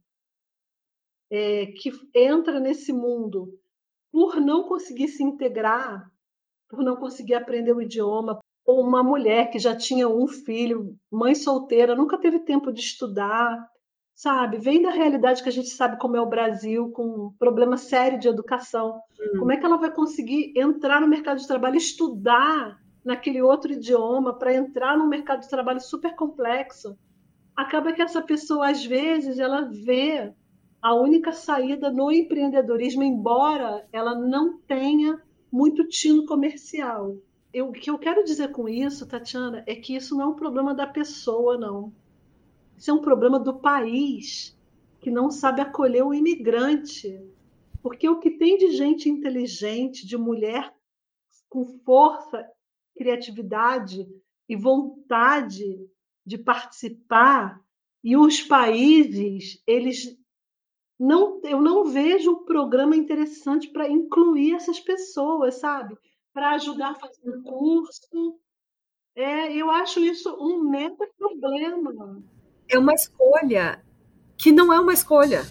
Speaker 2: é, que entra nesse mundo por não conseguir se integrar, por não conseguir aprender o idioma, ou uma mulher que já tinha um filho, mãe solteira, nunca teve tempo de estudar, sabe? Vem da realidade que a gente sabe como é o Brasil, com um problema sério de educação. Hum. Como é que ela vai conseguir entrar no mercado de trabalho, estudar naquele outro idioma para entrar num mercado de trabalho super complexo? Acaba que essa pessoa, às vezes, ela vê a única saída no empreendedorismo, embora ela não tenha muito tino comercial. Eu, o que eu quero dizer com isso, Tatiana, é que isso não é um problema da pessoa, não. Isso é um problema do país que não sabe acolher o imigrante. Porque o que tem de gente inteligente, de mulher com força, criatividade e vontade de participar, e os países, eles não, eu não vejo um programa interessante para incluir essas pessoas, sabe? Para ajudar a fazer um curso. É, eu acho isso um mega problema.
Speaker 1: É uma escolha que não é uma escolha.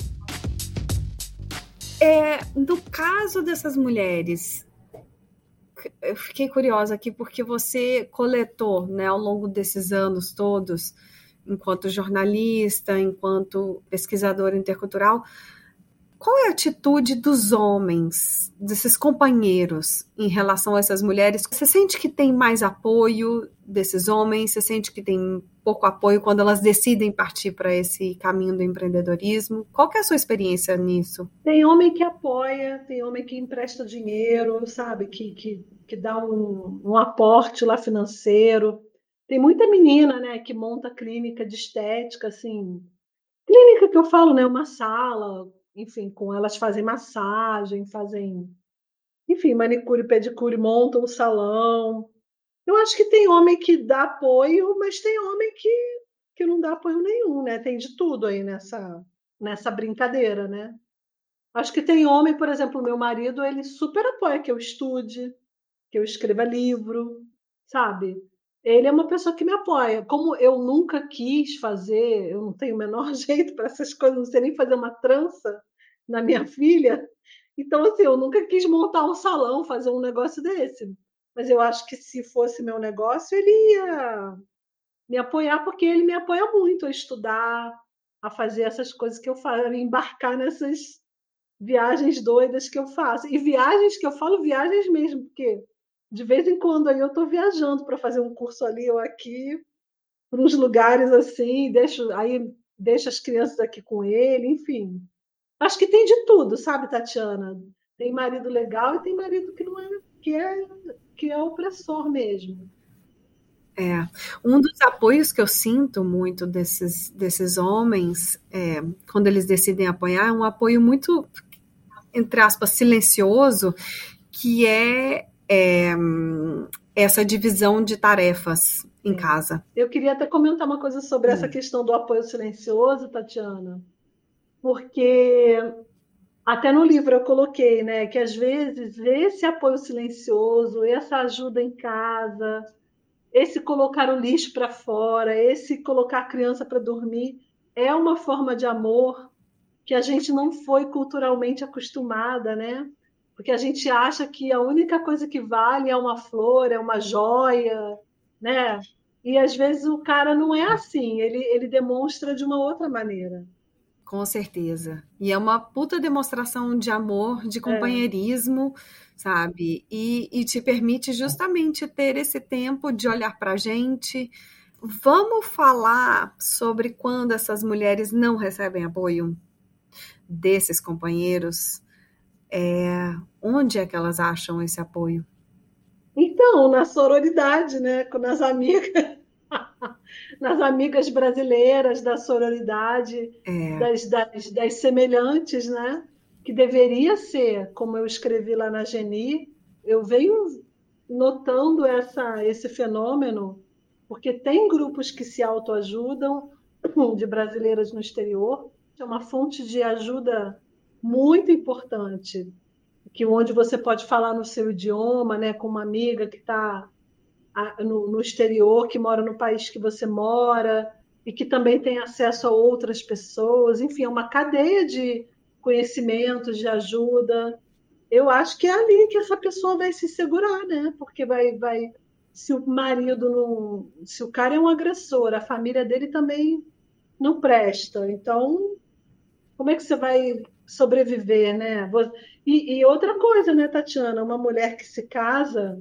Speaker 1: É, no caso dessas mulheres, eu fiquei curiosa aqui porque você coletou, né, ao longo desses anos todos, enquanto jornalista, enquanto pesquisadora intercultural, qual é a atitude dos homens, desses companheiros, em relação a essas mulheres? Você sente que tem mais apoio desses homens? Você sente que tem pouco apoio quando elas decidem partir para esse caminho do empreendedorismo? Qual que é a sua experiência nisso?
Speaker 2: Tem homem que apoia, tem homem que empresta dinheiro, sabe? Que, que, que dá um, um aporte lá financeiro. Tem muita menina, né, que monta clínica de estética, assim. Clínica que eu falo, né? Uma sala, enfim, com elas fazem massagem, fazem, enfim, manicure, pedicure, montam um salão. Eu acho que tem homem que dá apoio, mas tem homem que, que não dá apoio nenhum, né? Tem de tudo aí nessa, nessa brincadeira, né? Acho que tem homem, por exemplo, o meu marido, ele super apoia que eu estude, que eu escreva livro, sabe? Ele é uma pessoa que me apoia. Como eu nunca quis fazer, eu não tenho o menor jeito para essas coisas, não sei nem fazer uma trança na minha filha. Então, assim, eu nunca quis montar um salão, fazer um negócio desse. Mas eu acho que se fosse meu negócio, ele ia me apoiar, porque ele me apoia muito a estudar, a fazer essas coisas que eu faço, a embarcar nessas viagens doidas que eu faço. E viagens que eu falo, viagens mesmo, porque de vez em quando aí eu estou viajando para fazer um curso ali ou aqui, para uns lugares assim, deixo, aí deixo as crianças aqui com ele, enfim. Acho que tem de tudo, sabe, Tatiana? Tem marido legal e tem marido que não é, que é, que é opressor mesmo.
Speaker 1: É, um dos apoios que eu sinto muito desses, desses homens, é, quando eles decidem apoiar, é um apoio muito, entre aspas, silencioso, que é, é essa divisão de tarefas em
Speaker 2: Sim.
Speaker 1: casa.
Speaker 2: Eu queria até comentar uma coisa sobre
Speaker 1: hum.
Speaker 2: essa questão do apoio silencioso, Tatiana, porque até no livro eu coloquei, né, que às vezes esse apoio silencioso, essa ajuda em casa, esse colocar o lixo para fora, esse colocar a criança para dormir, é uma forma de amor que a gente não foi culturalmente acostumada, né? Porque a gente acha que a única coisa que vale é uma flor, é uma joia, né? E às vezes o cara não é assim, ele, ele demonstra de uma outra maneira.
Speaker 1: Com certeza. E é uma puta demonstração de amor, de companheirismo, é. sabe? E, e te permite justamente ter esse tempo de olhar pra gente. Vamos falar sobre quando essas mulheres não recebem apoio desses companheiros. É, onde é que elas acham esse apoio?
Speaker 2: Então, na sororidade, né? Nas amigas. Nas amigas brasileiras da sororidade, é. das, das, das semelhantes, né? Que deveria ser, como eu escrevi lá na Geni, eu venho notando essa, esse fenômeno, porque tem grupos que se autoajudam, de brasileiras no exterior, é uma fonte de ajuda muito importante, que onde você pode falar no seu idioma, né, com uma amiga que está No, no exterior, que mora no país que você mora e que também tem acesso a outras pessoas. Enfim, é uma cadeia de conhecimentos, de ajuda. Eu acho que é ali que essa pessoa vai se segurar, né? Porque vai, vai se o marido não, se o cara é um agressor, a família dele também não presta. Então, como é que você vai sobreviver, né? E, e outra coisa, né, Tatiana? Uma mulher que se casa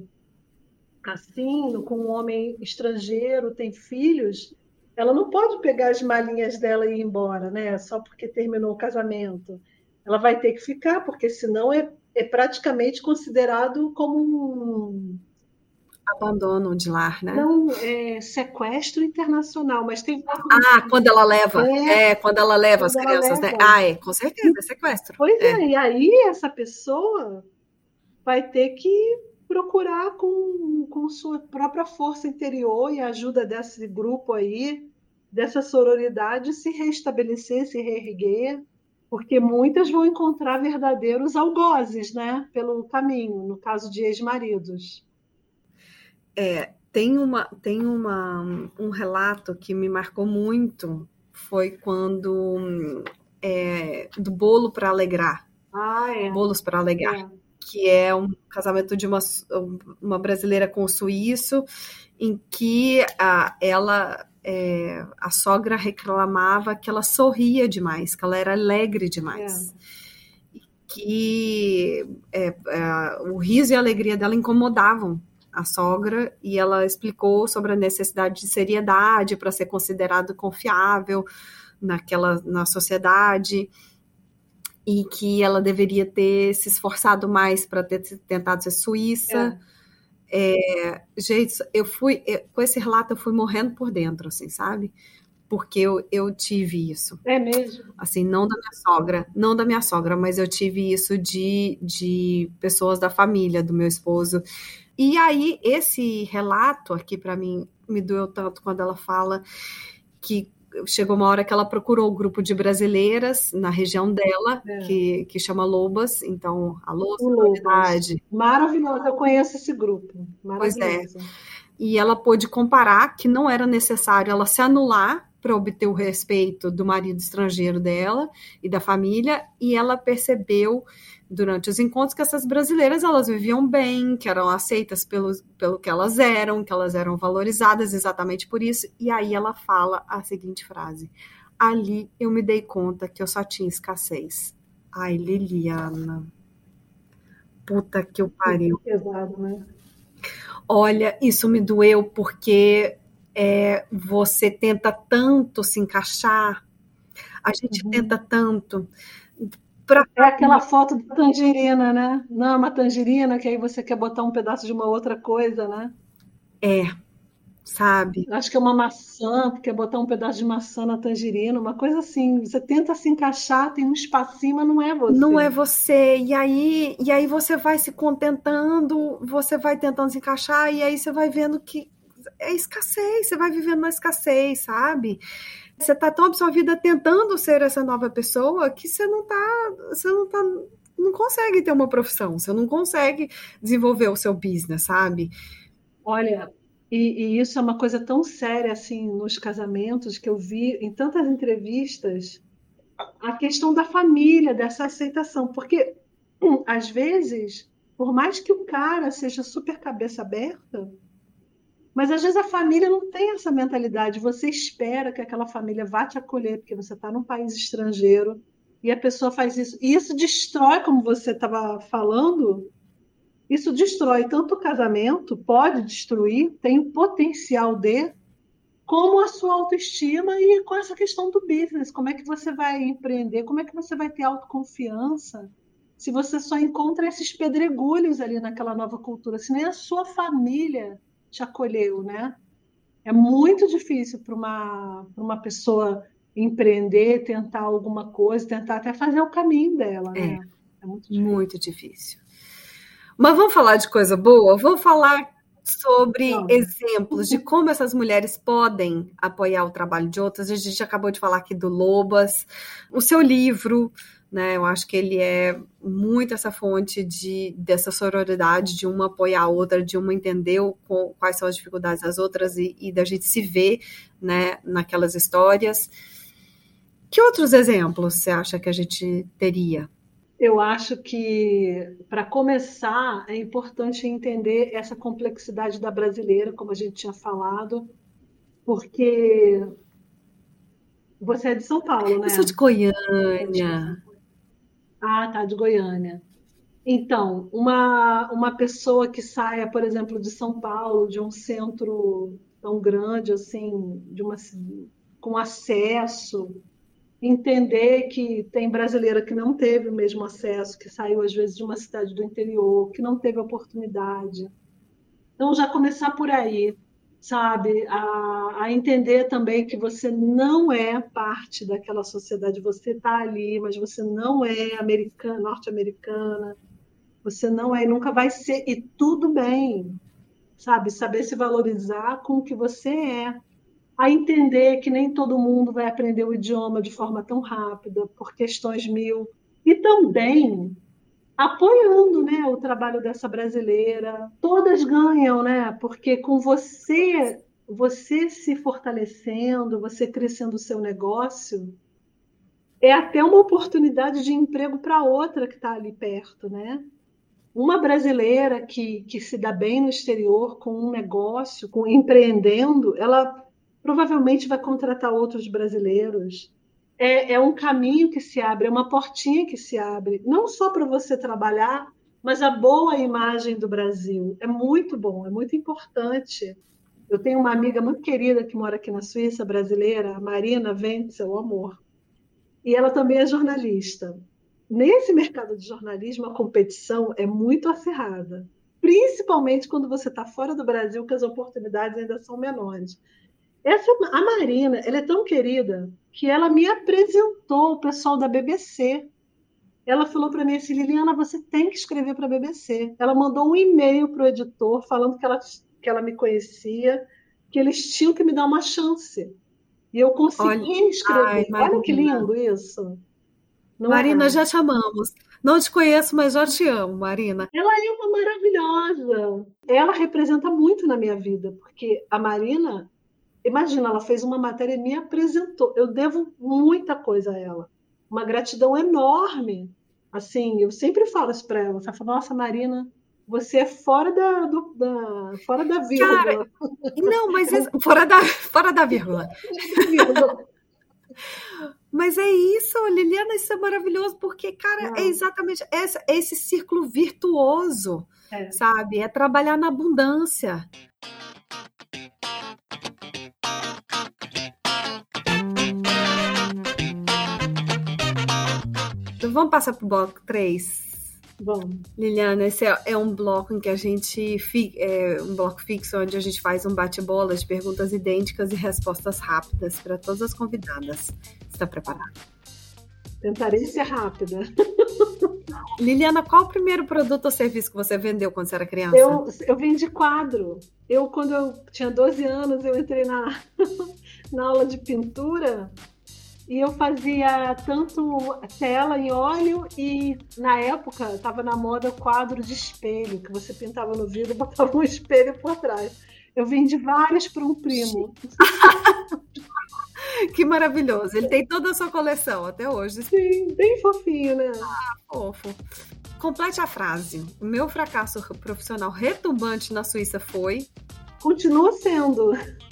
Speaker 2: assim, com um homem estrangeiro, tem filhos, ela não pode pegar as malinhas dela e ir embora, né? Só porque terminou o casamento. Ela vai ter que ficar, porque senão é, é praticamente considerado como um
Speaker 1: abandono de lar, né?
Speaker 2: Não, é sequestro internacional, mas tem...
Speaker 1: Ah, quando ela leva, é, é quando ela leva quando as crianças, leva. né? Ah, é, com certeza, é sequestro.
Speaker 2: Pois é.
Speaker 1: é,
Speaker 2: e aí essa pessoa vai ter que procurar com, com sua própria força interior e a ajuda desse grupo aí, dessa sororidade, se restabelecer, se reerguer, porque muitas vão encontrar verdadeiros algozes, né, pelo caminho, no caso de ex-maridos.
Speaker 1: É, tem, uma, tem uma, um relato que me marcou muito, foi quando, é, do bolo para alegrar.
Speaker 2: Ah, é.
Speaker 1: Bolos para alegrar.
Speaker 2: É.
Speaker 1: Que é um casamento de uma, uma brasileira com um suíço, em que a, ela, é, a sogra reclamava que ela sorria demais, que ela era alegre demais. É. que é, é, o riso e a alegria dela incomodavam a sogra, e ela explicou sobre a necessidade de seriedade para ser considerado confiável naquela, na sociedade, e que ela deveria ter se esforçado mais para ter tentado ser suíça. É. É, gente, eu fui, eu, com esse relato eu fui morrendo por dentro, assim, sabe? Porque eu, eu tive isso.
Speaker 2: É mesmo?
Speaker 1: Assim, não da minha sogra, não da minha sogra, mas eu tive isso de, de pessoas da família do meu esposo. E aí, esse relato aqui, para mim, me doeu tanto quando ela fala que chegou uma hora que ela procurou o um grupo de brasileiras na região dela, é. que, que chama Lobas. Então, alô, sororidade.
Speaker 2: Maravilhoso, eu conheço esse grupo.
Speaker 1: Pois é. E ela pôde comparar que não era necessário ela se anular para obter o respeito do marido estrangeiro dela e da família, e ela percebeu durante os encontros que essas brasileiras, elas viviam bem, que eram aceitas pelo, pelo que elas eram, que elas eram valorizadas exatamente por isso, e aí ela fala a seguinte frase: ali eu me dei conta que eu só tinha escassez. Ai, Liliana, puta que eu pariu.
Speaker 2: Que pesado, né?
Speaker 1: Olha, isso me doeu porque é, você tenta tanto se encaixar, a gente uhum. tenta tanto.
Speaker 2: Pra... É aquela foto da tangerina, né? Não é uma tangerina que aí você quer botar um pedaço de uma outra coisa, né?
Speaker 1: É, sabe?
Speaker 2: Acho que é uma maçã, quer botar um pedaço de maçã na tangerina, uma coisa assim. Você tenta se encaixar, tem um espacinho, mas não é você.
Speaker 1: Não é você. E aí, e aí você vai se contentando, você vai tentando se encaixar, e aí você vai vendo que é escassez, você vai vivendo na escassez, sabe? Você está tão absorvida tentando ser essa nova pessoa que você não tá, você não tá, não consegue ter uma profissão, você não consegue desenvolver o seu business, sabe?
Speaker 2: Olha, e, e isso é uma coisa tão séria assim nos casamentos que eu vi em tantas entrevistas, a questão da família, dessa aceitação, porque hum, às vezes, por mais que o cara seja super cabeça aberta, mas às vezes a família não tem essa mentalidade. Você espera que aquela família vá te acolher, porque você está num país estrangeiro, e a pessoa faz isso. E isso destrói, como você estava falando, isso destrói tanto o casamento, pode destruir, tem o potencial de, como a sua autoestima e com essa questão do business. Como é que você vai empreender? Como é que você vai ter autoconfiança se você só encontra esses pedregulhos ali naquela nova cultura? Se nem a sua família te acolheu, né? É muito difícil para uma, para uma pessoa empreender, tentar alguma coisa, tentar até fazer o caminho dela, né?
Speaker 1: É, é muito difícil. Muito difícil. Mas vamos falar de coisa boa? Vamos falar sobre Não. exemplos de como essas mulheres podem apoiar o trabalho de outras. A gente acabou de falar aqui do Lobas, o seu livro, né? Eu acho que ele é muito essa fonte de, dessa sororidade, de uma apoiar a outra, de uma entender o, quais são as dificuldades das outras e, e da gente se ver, né, naquelas histórias. Que outros exemplos você acha que a gente teria?
Speaker 2: Eu acho que, para começar, é importante entender essa complexidade da brasileira, como a gente tinha falado, porque você é de São Paulo, né?
Speaker 1: Eu sou de Goiânia.
Speaker 2: Ah, tá, de Goiânia. Então, uma, uma pessoa que saia, por exemplo, de São Paulo, de um centro tão grande, assim, de uma, com acesso, entender que tem brasileira que não teve o mesmo acesso, que saiu, às vezes, de uma cidade do interior, que não teve oportunidade. Então, já começar por aí, sabe? A, a entender também que você não é parte daquela sociedade, você está ali, mas você não é americana, norte-americana, você não é e nunca vai ser, e tudo bem, sabe? Saber se valorizar com o que você é. A entender que nem todo mundo vai aprender o idioma de forma tão rápida, por questões mil. E também apoiando, né, o trabalho dessa brasileira. Todas ganham, né? Porque com você, você se fortalecendo, você crescendo o seu negócio, é até uma oportunidade de emprego para outra que está ali perto, né? Uma brasileira que, que se dá bem no exterior com um negócio, com empreendendo, ela provavelmente vai contratar outros brasileiros. é, é um caminho que se abre, é uma portinha que se abre, não só para você trabalhar, mas a boa imagem do Brasil. É muito bom, é muito importante. Eu tenho uma amiga muito querida que mora aqui na Suíça, brasileira, a Marina Wenzel, amor. E ela também é jornalista. Nesse mercado de jornalismo, a competição é muito acirrada, principalmente quando você está fora do Brasil, que as oportunidades ainda são menores. Essa, a Marina, ela é tão querida que ela me apresentou o pessoal da B B C. Ela falou para mim assim, Liliana, você tem que escrever para a B B C. Ela mandou um e-mail para o editor falando que ela, que ela me conhecia, que eles tinham que me dar uma chance. E eu consegui Olha, escrever. Ai, olha que lindo isso.
Speaker 1: Não Marina, é? Já te amamos. Não te conheço, mas já te amo, Marina.
Speaker 2: Ela é uma maravilhosa. Ela representa muito na minha vida, porque a Marina, imagina, ela fez uma matéria e me apresentou. Eu devo muita coisa a ela. Uma gratidão enorme. Assim, eu sempre falo isso para ela. Ela fala, nossa, Marina, você é fora da, do, da, fora da vírgula. Cara,
Speaker 1: não, mas é, fora, da, fora da vírgula. Mas é isso, Liliana, isso é maravilhoso, porque, cara, Não. é exatamente esse, esse círculo virtuoso, é. sabe? É trabalhar na abundância. Então, vamos passar para o bloco três?
Speaker 2: Vamos.
Speaker 1: Liliana, esse é, é um bloco em que a gente é um bloco fixo onde a gente faz um bate-bola de perguntas idênticas e respostas rápidas para todas as convidadas. Está preparada?
Speaker 2: Tentarei ser rápida.
Speaker 1: Liliana, qual o primeiro produto ou serviço que você vendeu quando você era criança?
Speaker 2: Eu, eu vendi quadro. Eu, quando eu tinha doze anos, eu entrei na, na aula de pintura. E eu fazia tanto tela em óleo e, na época, estava na moda quadro de espelho, que você pintava no vidro e botava um espelho por trás. Eu vendi vários para um primo.
Speaker 1: Que maravilhoso. Ele tem toda a sua coleção até hoje.
Speaker 2: Sim, bem fofinho, né?
Speaker 1: Ah, fofo. Complete a frase. O meu fracasso profissional retumbante na Suíça foi...
Speaker 2: Continua sendo...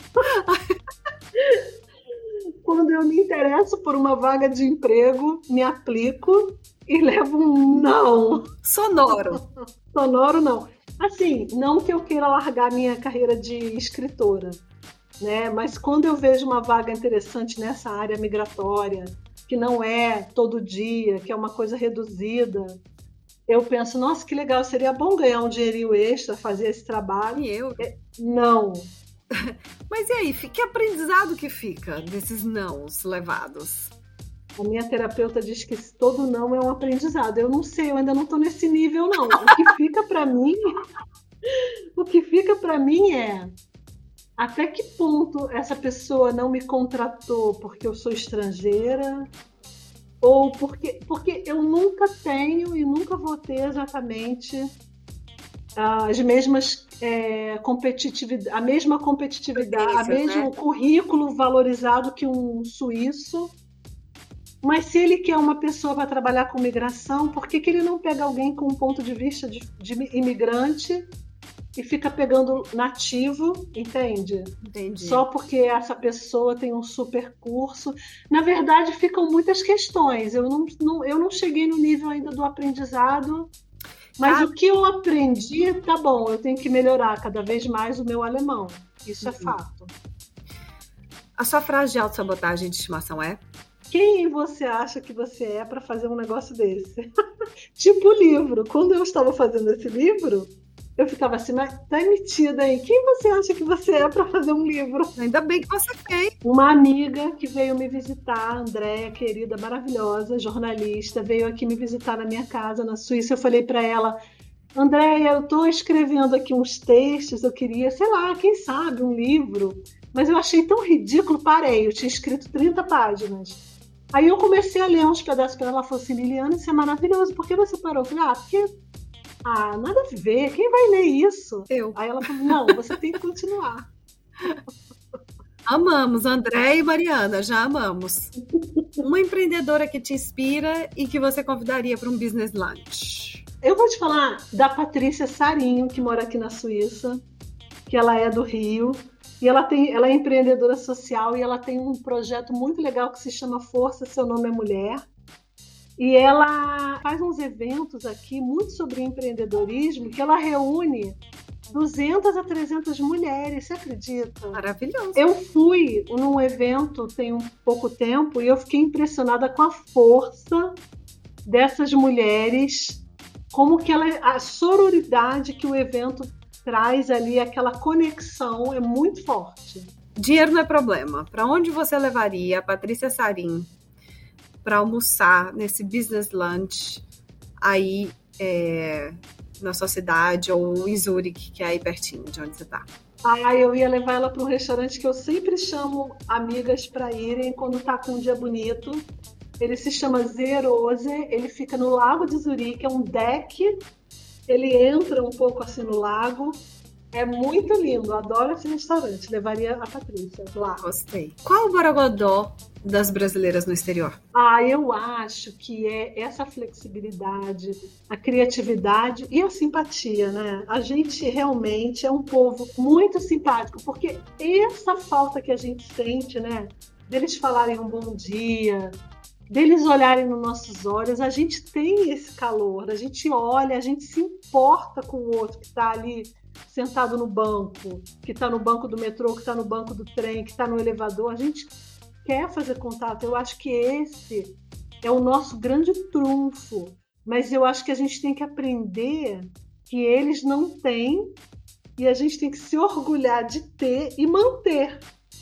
Speaker 2: Quando eu me interesso por uma vaga de emprego, me aplico e levo um não.
Speaker 1: Sonoro.
Speaker 2: Sonoro, não. Assim, não que eu queira largar minha carreira de escritora, né? Mas quando eu vejo uma vaga interessante nessa área migratória, que não é todo dia, que é uma coisa reduzida, eu penso, nossa, que legal, seria bom ganhar um dinheirinho extra, fazer esse trabalho.
Speaker 1: E eu?
Speaker 2: Não.
Speaker 1: Mas e aí, que aprendizado que fica desses nãos levados?
Speaker 2: A minha terapeuta diz que todo não é um aprendizado. Eu não sei, eu ainda não estou nesse nível, não. O que fica para mim, o que fica para mim é até que ponto essa pessoa não me contratou porque eu sou estrangeira ou porque, porque eu nunca tenho e nunca vou ter exatamente as mesmas é, competitividade, a mesma competitividade, o mesmo né? currículo valorizado que um suíço. Mas se ele quer uma pessoa para trabalhar com migração, por que, que ele não pega alguém com um ponto de vista de, de imigrante e fica pegando nativo, entende?
Speaker 1: Entendi.
Speaker 2: Só porque essa pessoa tem um super curso. Na verdade, ficam muitas questões. Eu não, não, eu não cheguei no nível ainda do aprendizado. Mas ah, o que eu aprendi, tá bom, eu tenho que melhorar cada vez mais o meu alemão. Isso uhum. é fato.
Speaker 1: A sua frase de autossabotagem de estimação é?
Speaker 2: Quem você acha que você é para fazer um negócio desse? Tipo livro. Quando eu estava fazendo esse livro, eu ficava assim, mas tá metida aí. Quem você acha que você é para fazer um livro?
Speaker 1: Ainda bem que você fez.
Speaker 2: Uma amiga que veio me visitar, a Andréia, querida, maravilhosa, jornalista, veio aqui me visitar na minha casa, na Suíça. Eu falei para ela, Andréia, eu estou escrevendo aqui uns textos, eu queria, sei lá, quem sabe, um livro. Mas eu achei tão ridículo, parei, eu tinha escrito trinta páginas. Aí eu comecei a ler uns pedaços para ela, ela falou assim, Liliana, isso é maravilhoso, por que você parou? Eu falei, ah, porque... Ah, nada a ver, quem vai ler isso?
Speaker 1: Eu.
Speaker 2: Aí ela falou, não, você tem que continuar.
Speaker 1: Amamos, André e Mariana, já amamos. Uma empreendedora que te inspira e que você convidaria para um business lunch.
Speaker 2: Eu vou te falar da Patrícia Sarinho, que mora aqui na Suíça, que ela é do Rio, E ela, tem, ela é empreendedora social e ela tem um projeto muito legal que se chama Força, Seu Nome é Mulher. E ela faz uns eventos aqui muito sobre empreendedorismo, que ela reúne duzentas a trezentas mulheres, você acredita?
Speaker 1: Maravilhoso.
Speaker 2: Eu fui num evento tem um pouco tempo e eu fiquei impressionada com a força dessas mulheres, como que ela, a sororidade que o evento traz ali, aquela conexão é muito forte.
Speaker 1: Dinheiro não é problema. Para onde você levaria a Patrícia Sarin para almoçar nesse business lunch aí é, na sua cidade ou em Zurique, que é aí pertinho de onde você está?
Speaker 2: Ah, eu ia levar ela para um restaurante que eu sempre chamo amigas para irem quando tá com um dia bonito. Ele se chama Zerose, ele fica no Lago de Zurique, é um deck, ele entra um pouco assim no lago. É muito lindo, adoro esse restaurante. Levaria a Patrícia lá.
Speaker 1: Gostei. Qual o borogodó das brasileiras no exterior?
Speaker 2: Ah, eu acho que é essa flexibilidade, a criatividade e a simpatia, né? A gente realmente é um povo muito simpático, porque essa falta que a gente sente, né? Deles falarem um bom dia, deles olharem nos nossos olhos, a gente tem esse calor, a gente olha, a gente se importa com o outro que está ali sentado no banco, que está no banco do metrô, que está no banco do trem, que está no elevador, a gente quer fazer contato. Eu acho que esse é o nosso grande trunfo, mas eu acho que a gente tem que aprender que eles não têm e a gente tem que se orgulhar de ter e manter,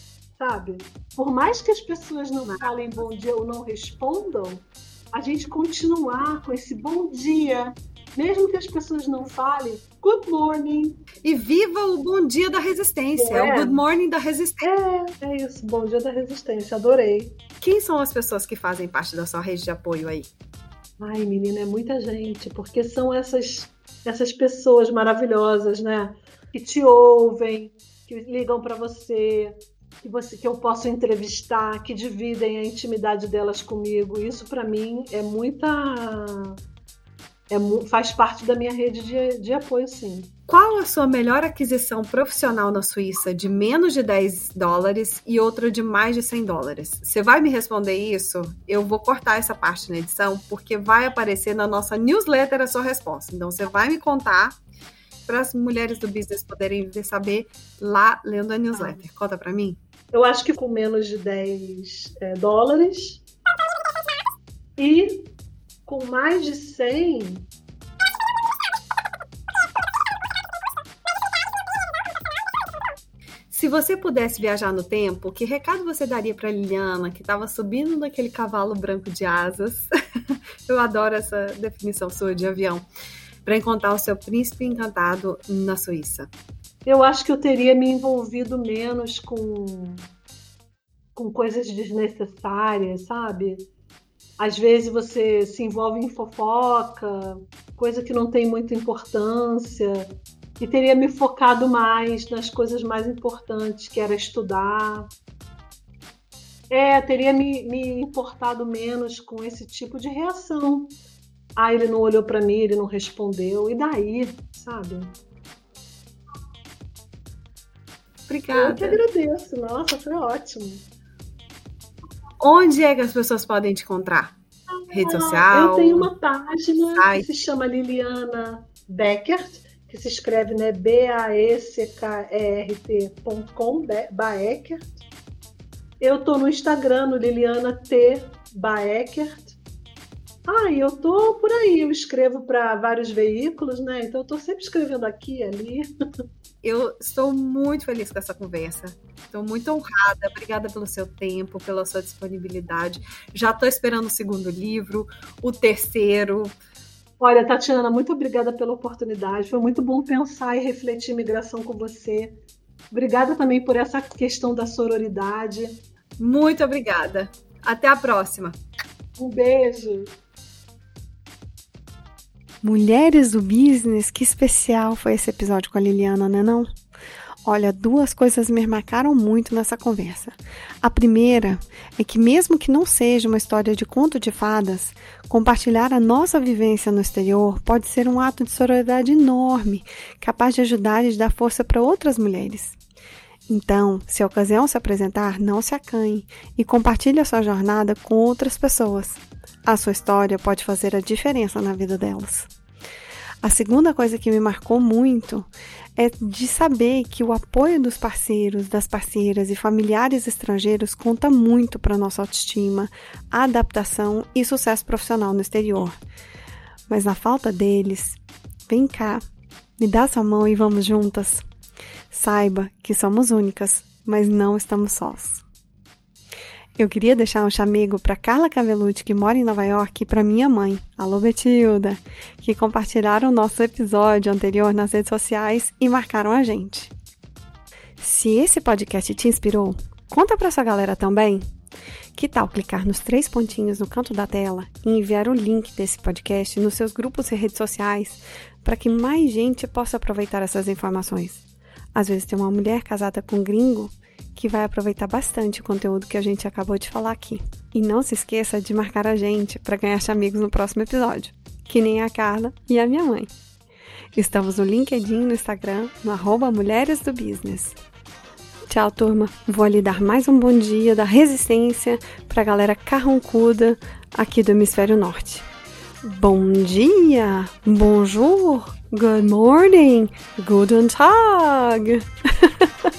Speaker 2: sabe? Por mais que as pessoas não falem bom dia ou não respondam, a gente continuar com esse bom dia, mesmo que as pessoas não falem, good morning.
Speaker 1: E viva o bom dia da resistência, é. O good morning da resistência.
Speaker 2: É, é isso, bom dia da resistência, adorei.
Speaker 1: Quem são as pessoas que fazem parte da sua rede de apoio aí?
Speaker 2: Ai, menina, é muita gente, porque são essas, essas pessoas maravilhosas, né? Que te ouvem, que ligam para você, que você, que eu posso entrevistar, que dividem a intimidade delas comigo. Isso, para mim, é muita... É, faz parte da minha rede de, de apoio, sim.
Speaker 1: Qual a sua melhor aquisição profissional na Suíça de menos de dez dólares e outra de mais de cem dólares? Você vai me responder isso? Eu vou cortar essa parte na edição, porque vai aparecer na nossa newsletter a sua resposta. Então, você vai me contar para as mulheres do business poderem saber lá lendo a newsletter. Ah. Conta para mim.
Speaker 2: Eu acho que com menos de dez é, dólares e com mais de cem...
Speaker 1: Se você pudesse viajar no tempo, que recado você daria para Liliana, que estava subindo naquele cavalo branco de asas? Eu adoro essa definição sua de avião. Para encontrar o seu príncipe encantado na Suíça.
Speaker 2: Eu acho que eu teria me envolvido menos com, com coisas desnecessárias, sabe? Às vezes você se envolve em fofoca, coisa que não tem muita importância, e teria me focado mais nas coisas mais importantes, que era estudar. É, teria me, me importado menos com esse tipo de reação. Ah, ele não olhou para mim, ele não respondeu, e daí, sabe?
Speaker 1: Obrigada.
Speaker 2: Eu que agradeço, nossa, foi ótimo.
Speaker 1: Onde é que as pessoas podem te encontrar? Rede social?
Speaker 2: Eu tenho uma página
Speaker 1: site.
Speaker 2: Que se chama Liliana Beckert, que se escreve, né, B A E C K E R T ponto com, Baekert. Eu estou no Instagram, no Liliana T. Baekert. Ah, e eu tô por aí, eu escrevo para vários veículos, né? Então eu tô sempre escrevendo aqui e ali.
Speaker 1: Eu estou muito feliz com essa conversa. Estou muito honrada. Obrigada pelo seu tempo, pela sua disponibilidade. Já estou esperando o segundo livro, o terceiro.
Speaker 2: Olha, Tatiana, muito obrigada pela oportunidade. Foi muito bom pensar e refletir migração com você. Obrigada também por essa questão da sororidade.
Speaker 1: Muito obrigada. Até a próxima.
Speaker 2: Um beijo.
Speaker 3: Mulheres do Business, que especial foi esse episódio com a Liliana, né não? Olha, duas coisas me marcaram muito nessa conversa. A primeira é que mesmo que não seja uma história de conto de fadas, compartilhar a nossa vivência no exterior pode ser um ato de sororidade enorme, capaz de ajudar e de dar força para outras mulheres. Então, se a ocasião se apresentar, não se acanhe e compartilhe a sua jornada com outras pessoas. A sua história pode fazer a diferença na vida delas. A segunda coisa que me marcou muito é de saber que o apoio dos parceiros, das parceiras e familiares estrangeiros conta muito para a nossa autoestima, adaptação e sucesso profissional no exterior. Mas na falta deles, vem cá, me dá sua mão e vamos juntas. Saiba que somos únicas, mas não estamos sós. Eu queria deixar um chamego para Carla Cavelucci, que mora em Nova York, e para minha mãe, alô Betilda, que compartilharam o nosso episódio anterior nas redes sociais e marcaram a gente. Se esse podcast te inspirou, conta para sua galera também. Que tal clicar nos três pontinhos no canto da tela e enviar o link desse podcast nos seus grupos e redes sociais para que mais gente possa aproveitar essas informações? Às vezes tem uma mulher casada com um gringo que vai aproveitar bastante o conteúdo que a gente acabou de falar aqui. E não se esqueça de marcar a gente para ganhar amigos no próximo episódio, que nem a Carla e a minha mãe. Estamos no LinkedIn e no Instagram, no arroba Mulheres do Business. Tchau, turma. Vou ali dar mais um bom dia da resistência para a galera carrancuda aqui do Hemisfério Norte. Bom dia, bonjour, good morning, guten Tag.